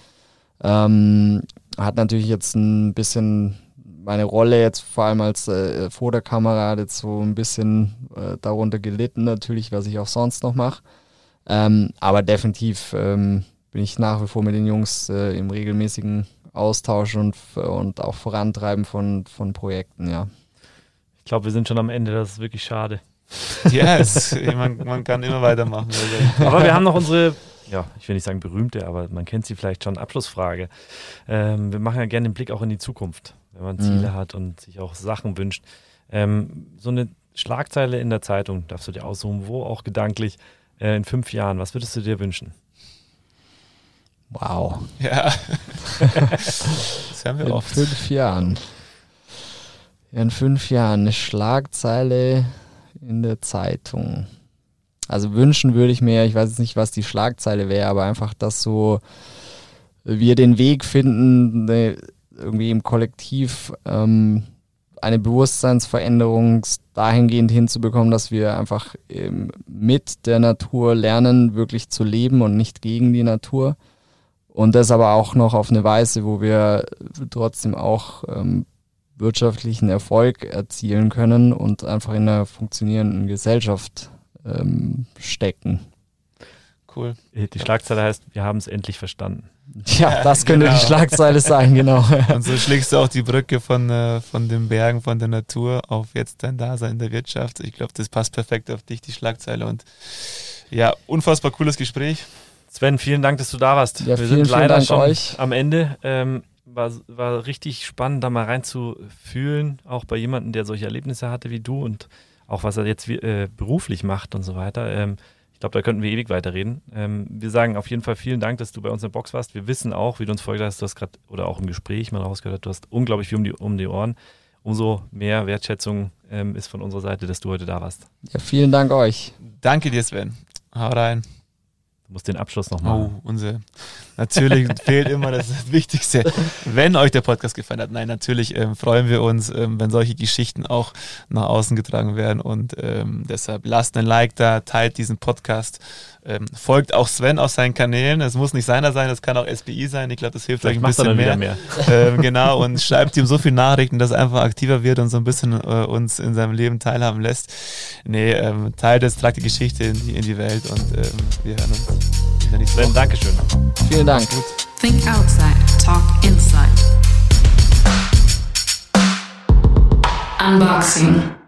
[SPEAKER 4] Ähm, hat natürlich jetzt ein bisschen meine Rolle jetzt vor allem als äh, vor der Kamera hat jetzt so ein bisschen äh, darunter gelitten natürlich, was ich auch sonst noch mache. Ähm, aber definitiv ähm, bin ich nach wie vor mit den Jungs äh, im regelmäßigen Austausch und, und auch Vorantreiben von, von Projekten, ja.
[SPEAKER 3] Ich glaube, wir sind schon am Ende, das ist wirklich schade.
[SPEAKER 2] Ja, es, man, man kann immer weitermachen. Also.
[SPEAKER 3] Aber wir haben noch unsere, ja, ich will nicht sagen berühmte, aber man kennt sie vielleicht schon, Abschlussfrage. Ähm, wir machen ja gerne den Blick auch in die Zukunft, wenn man Ziele mhm. hat und sich auch Sachen wünscht. Ähm, so eine Schlagzeile in der Zeitung, darfst du dir aussuchen, wo auch gedanklich, äh, in fünf Jahren, was würdest du dir wünschen?
[SPEAKER 4] Wow.
[SPEAKER 2] Ja, das haben wir
[SPEAKER 4] in
[SPEAKER 2] oft.
[SPEAKER 4] In fünf Jahren. In fünf Jahren eine Schlagzeile in der Zeitung. Also wünschen würde ich mir, ich weiß jetzt nicht, was die Schlagzeile wäre, aber einfach, dass so wir den Weg finden, ne, irgendwie im Kollektiv ähm, eine Bewusstseinsveränderung dahingehend hinzubekommen, dass wir einfach ähm, mit der Natur lernen, wirklich zu leben und nicht gegen die Natur. Und das aber auch noch auf eine Weise, wo wir trotzdem auch ähm, wirtschaftlichen Erfolg erzielen können und einfach in einer funktionierenden Gesellschaft ähm, stecken.
[SPEAKER 2] Cool.
[SPEAKER 3] Die Schlagzeile heißt, wir haben es endlich verstanden.
[SPEAKER 4] Ja, das könnte genau die Schlagzeile sein, genau.
[SPEAKER 2] Und so schlägst du auch die Brücke von, äh, von den Bergen, von der Natur auf jetzt dein Dasein in der Wirtschaft. Ich glaube, das passt perfekt auf dich, die Schlagzeile. Und ja, unfassbar cooles Gespräch.
[SPEAKER 3] Sven, vielen Dank, dass du da warst.
[SPEAKER 4] Ja,
[SPEAKER 3] wir
[SPEAKER 4] vielen,
[SPEAKER 3] sind
[SPEAKER 4] vielen
[SPEAKER 3] leider
[SPEAKER 4] Dank
[SPEAKER 3] schon
[SPEAKER 4] euch.
[SPEAKER 3] am Ende. Ähm, war, war richtig spannend, da mal reinzufühlen, auch bei jemandem, der solche Erlebnisse hatte wie du und auch was er jetzt äh, beruflich macht und so weiter. Ähm, ich glaube, da könnten wir ewig weiterreden. Ähm, wir sagen auf jeden Fall vielen Dank, dass du bei uns in der Box warst. Wir wissen auch, wie du uns vorgestellt hast, du hast gerade, oder auch im Gespräch mal rausgehört, du hast unglaublich viel um die, um die Ohren. Umso mehr Wertschätzung ähm, ist von unserer Seite, dass du heute da warst.
[SPEAKER 4] Ja, vielen Dank euch.
[SPEAKER 2] Danke dir, Sven. Hau rein.
[SPEAKER 3] Du musst den Abschluss noch machen.
[SPEAKER 2] Oh, unsere. Natürlich fehlt immer das, das Wichtigste. Wenn euch der Podcast gefallen hat, nein, natürlich ähm, freuen wir uns, ähm, wenn solche Geschichten auch nach außen getragen werden und ähm, deshalb lasst ein Like da, teilt diesen Podcast, ähm, folgt auch Sven auf seinen Kanälen. Es muss nicht seiner sein, das kann auch S B I sein. Ich glaube, das hilft
[SPEAKER 3] Vielleicht
[SPEAKER 2] euch ein bisschen mehr.
[SPEAKER 3] mehr.
[SPEAKER 2] Ähm, genau, und schreibt ihm so viele Nachrichten, dass er einfach aktiver wird und so ein bisschen äh, uns in seinem Leben teilhaben lässt. Nee, ähm, teilt es, tragt die Geschichte in die, in die Welt und ähm, wir hören uns.
[SPEAKER 3] Sven, Dankeschön.
[SPEAKER 4] Vielen Dank.
[SPEAKER 2] Gut.
[SPEAKER 1] Think outside, talk inside. Unboxing.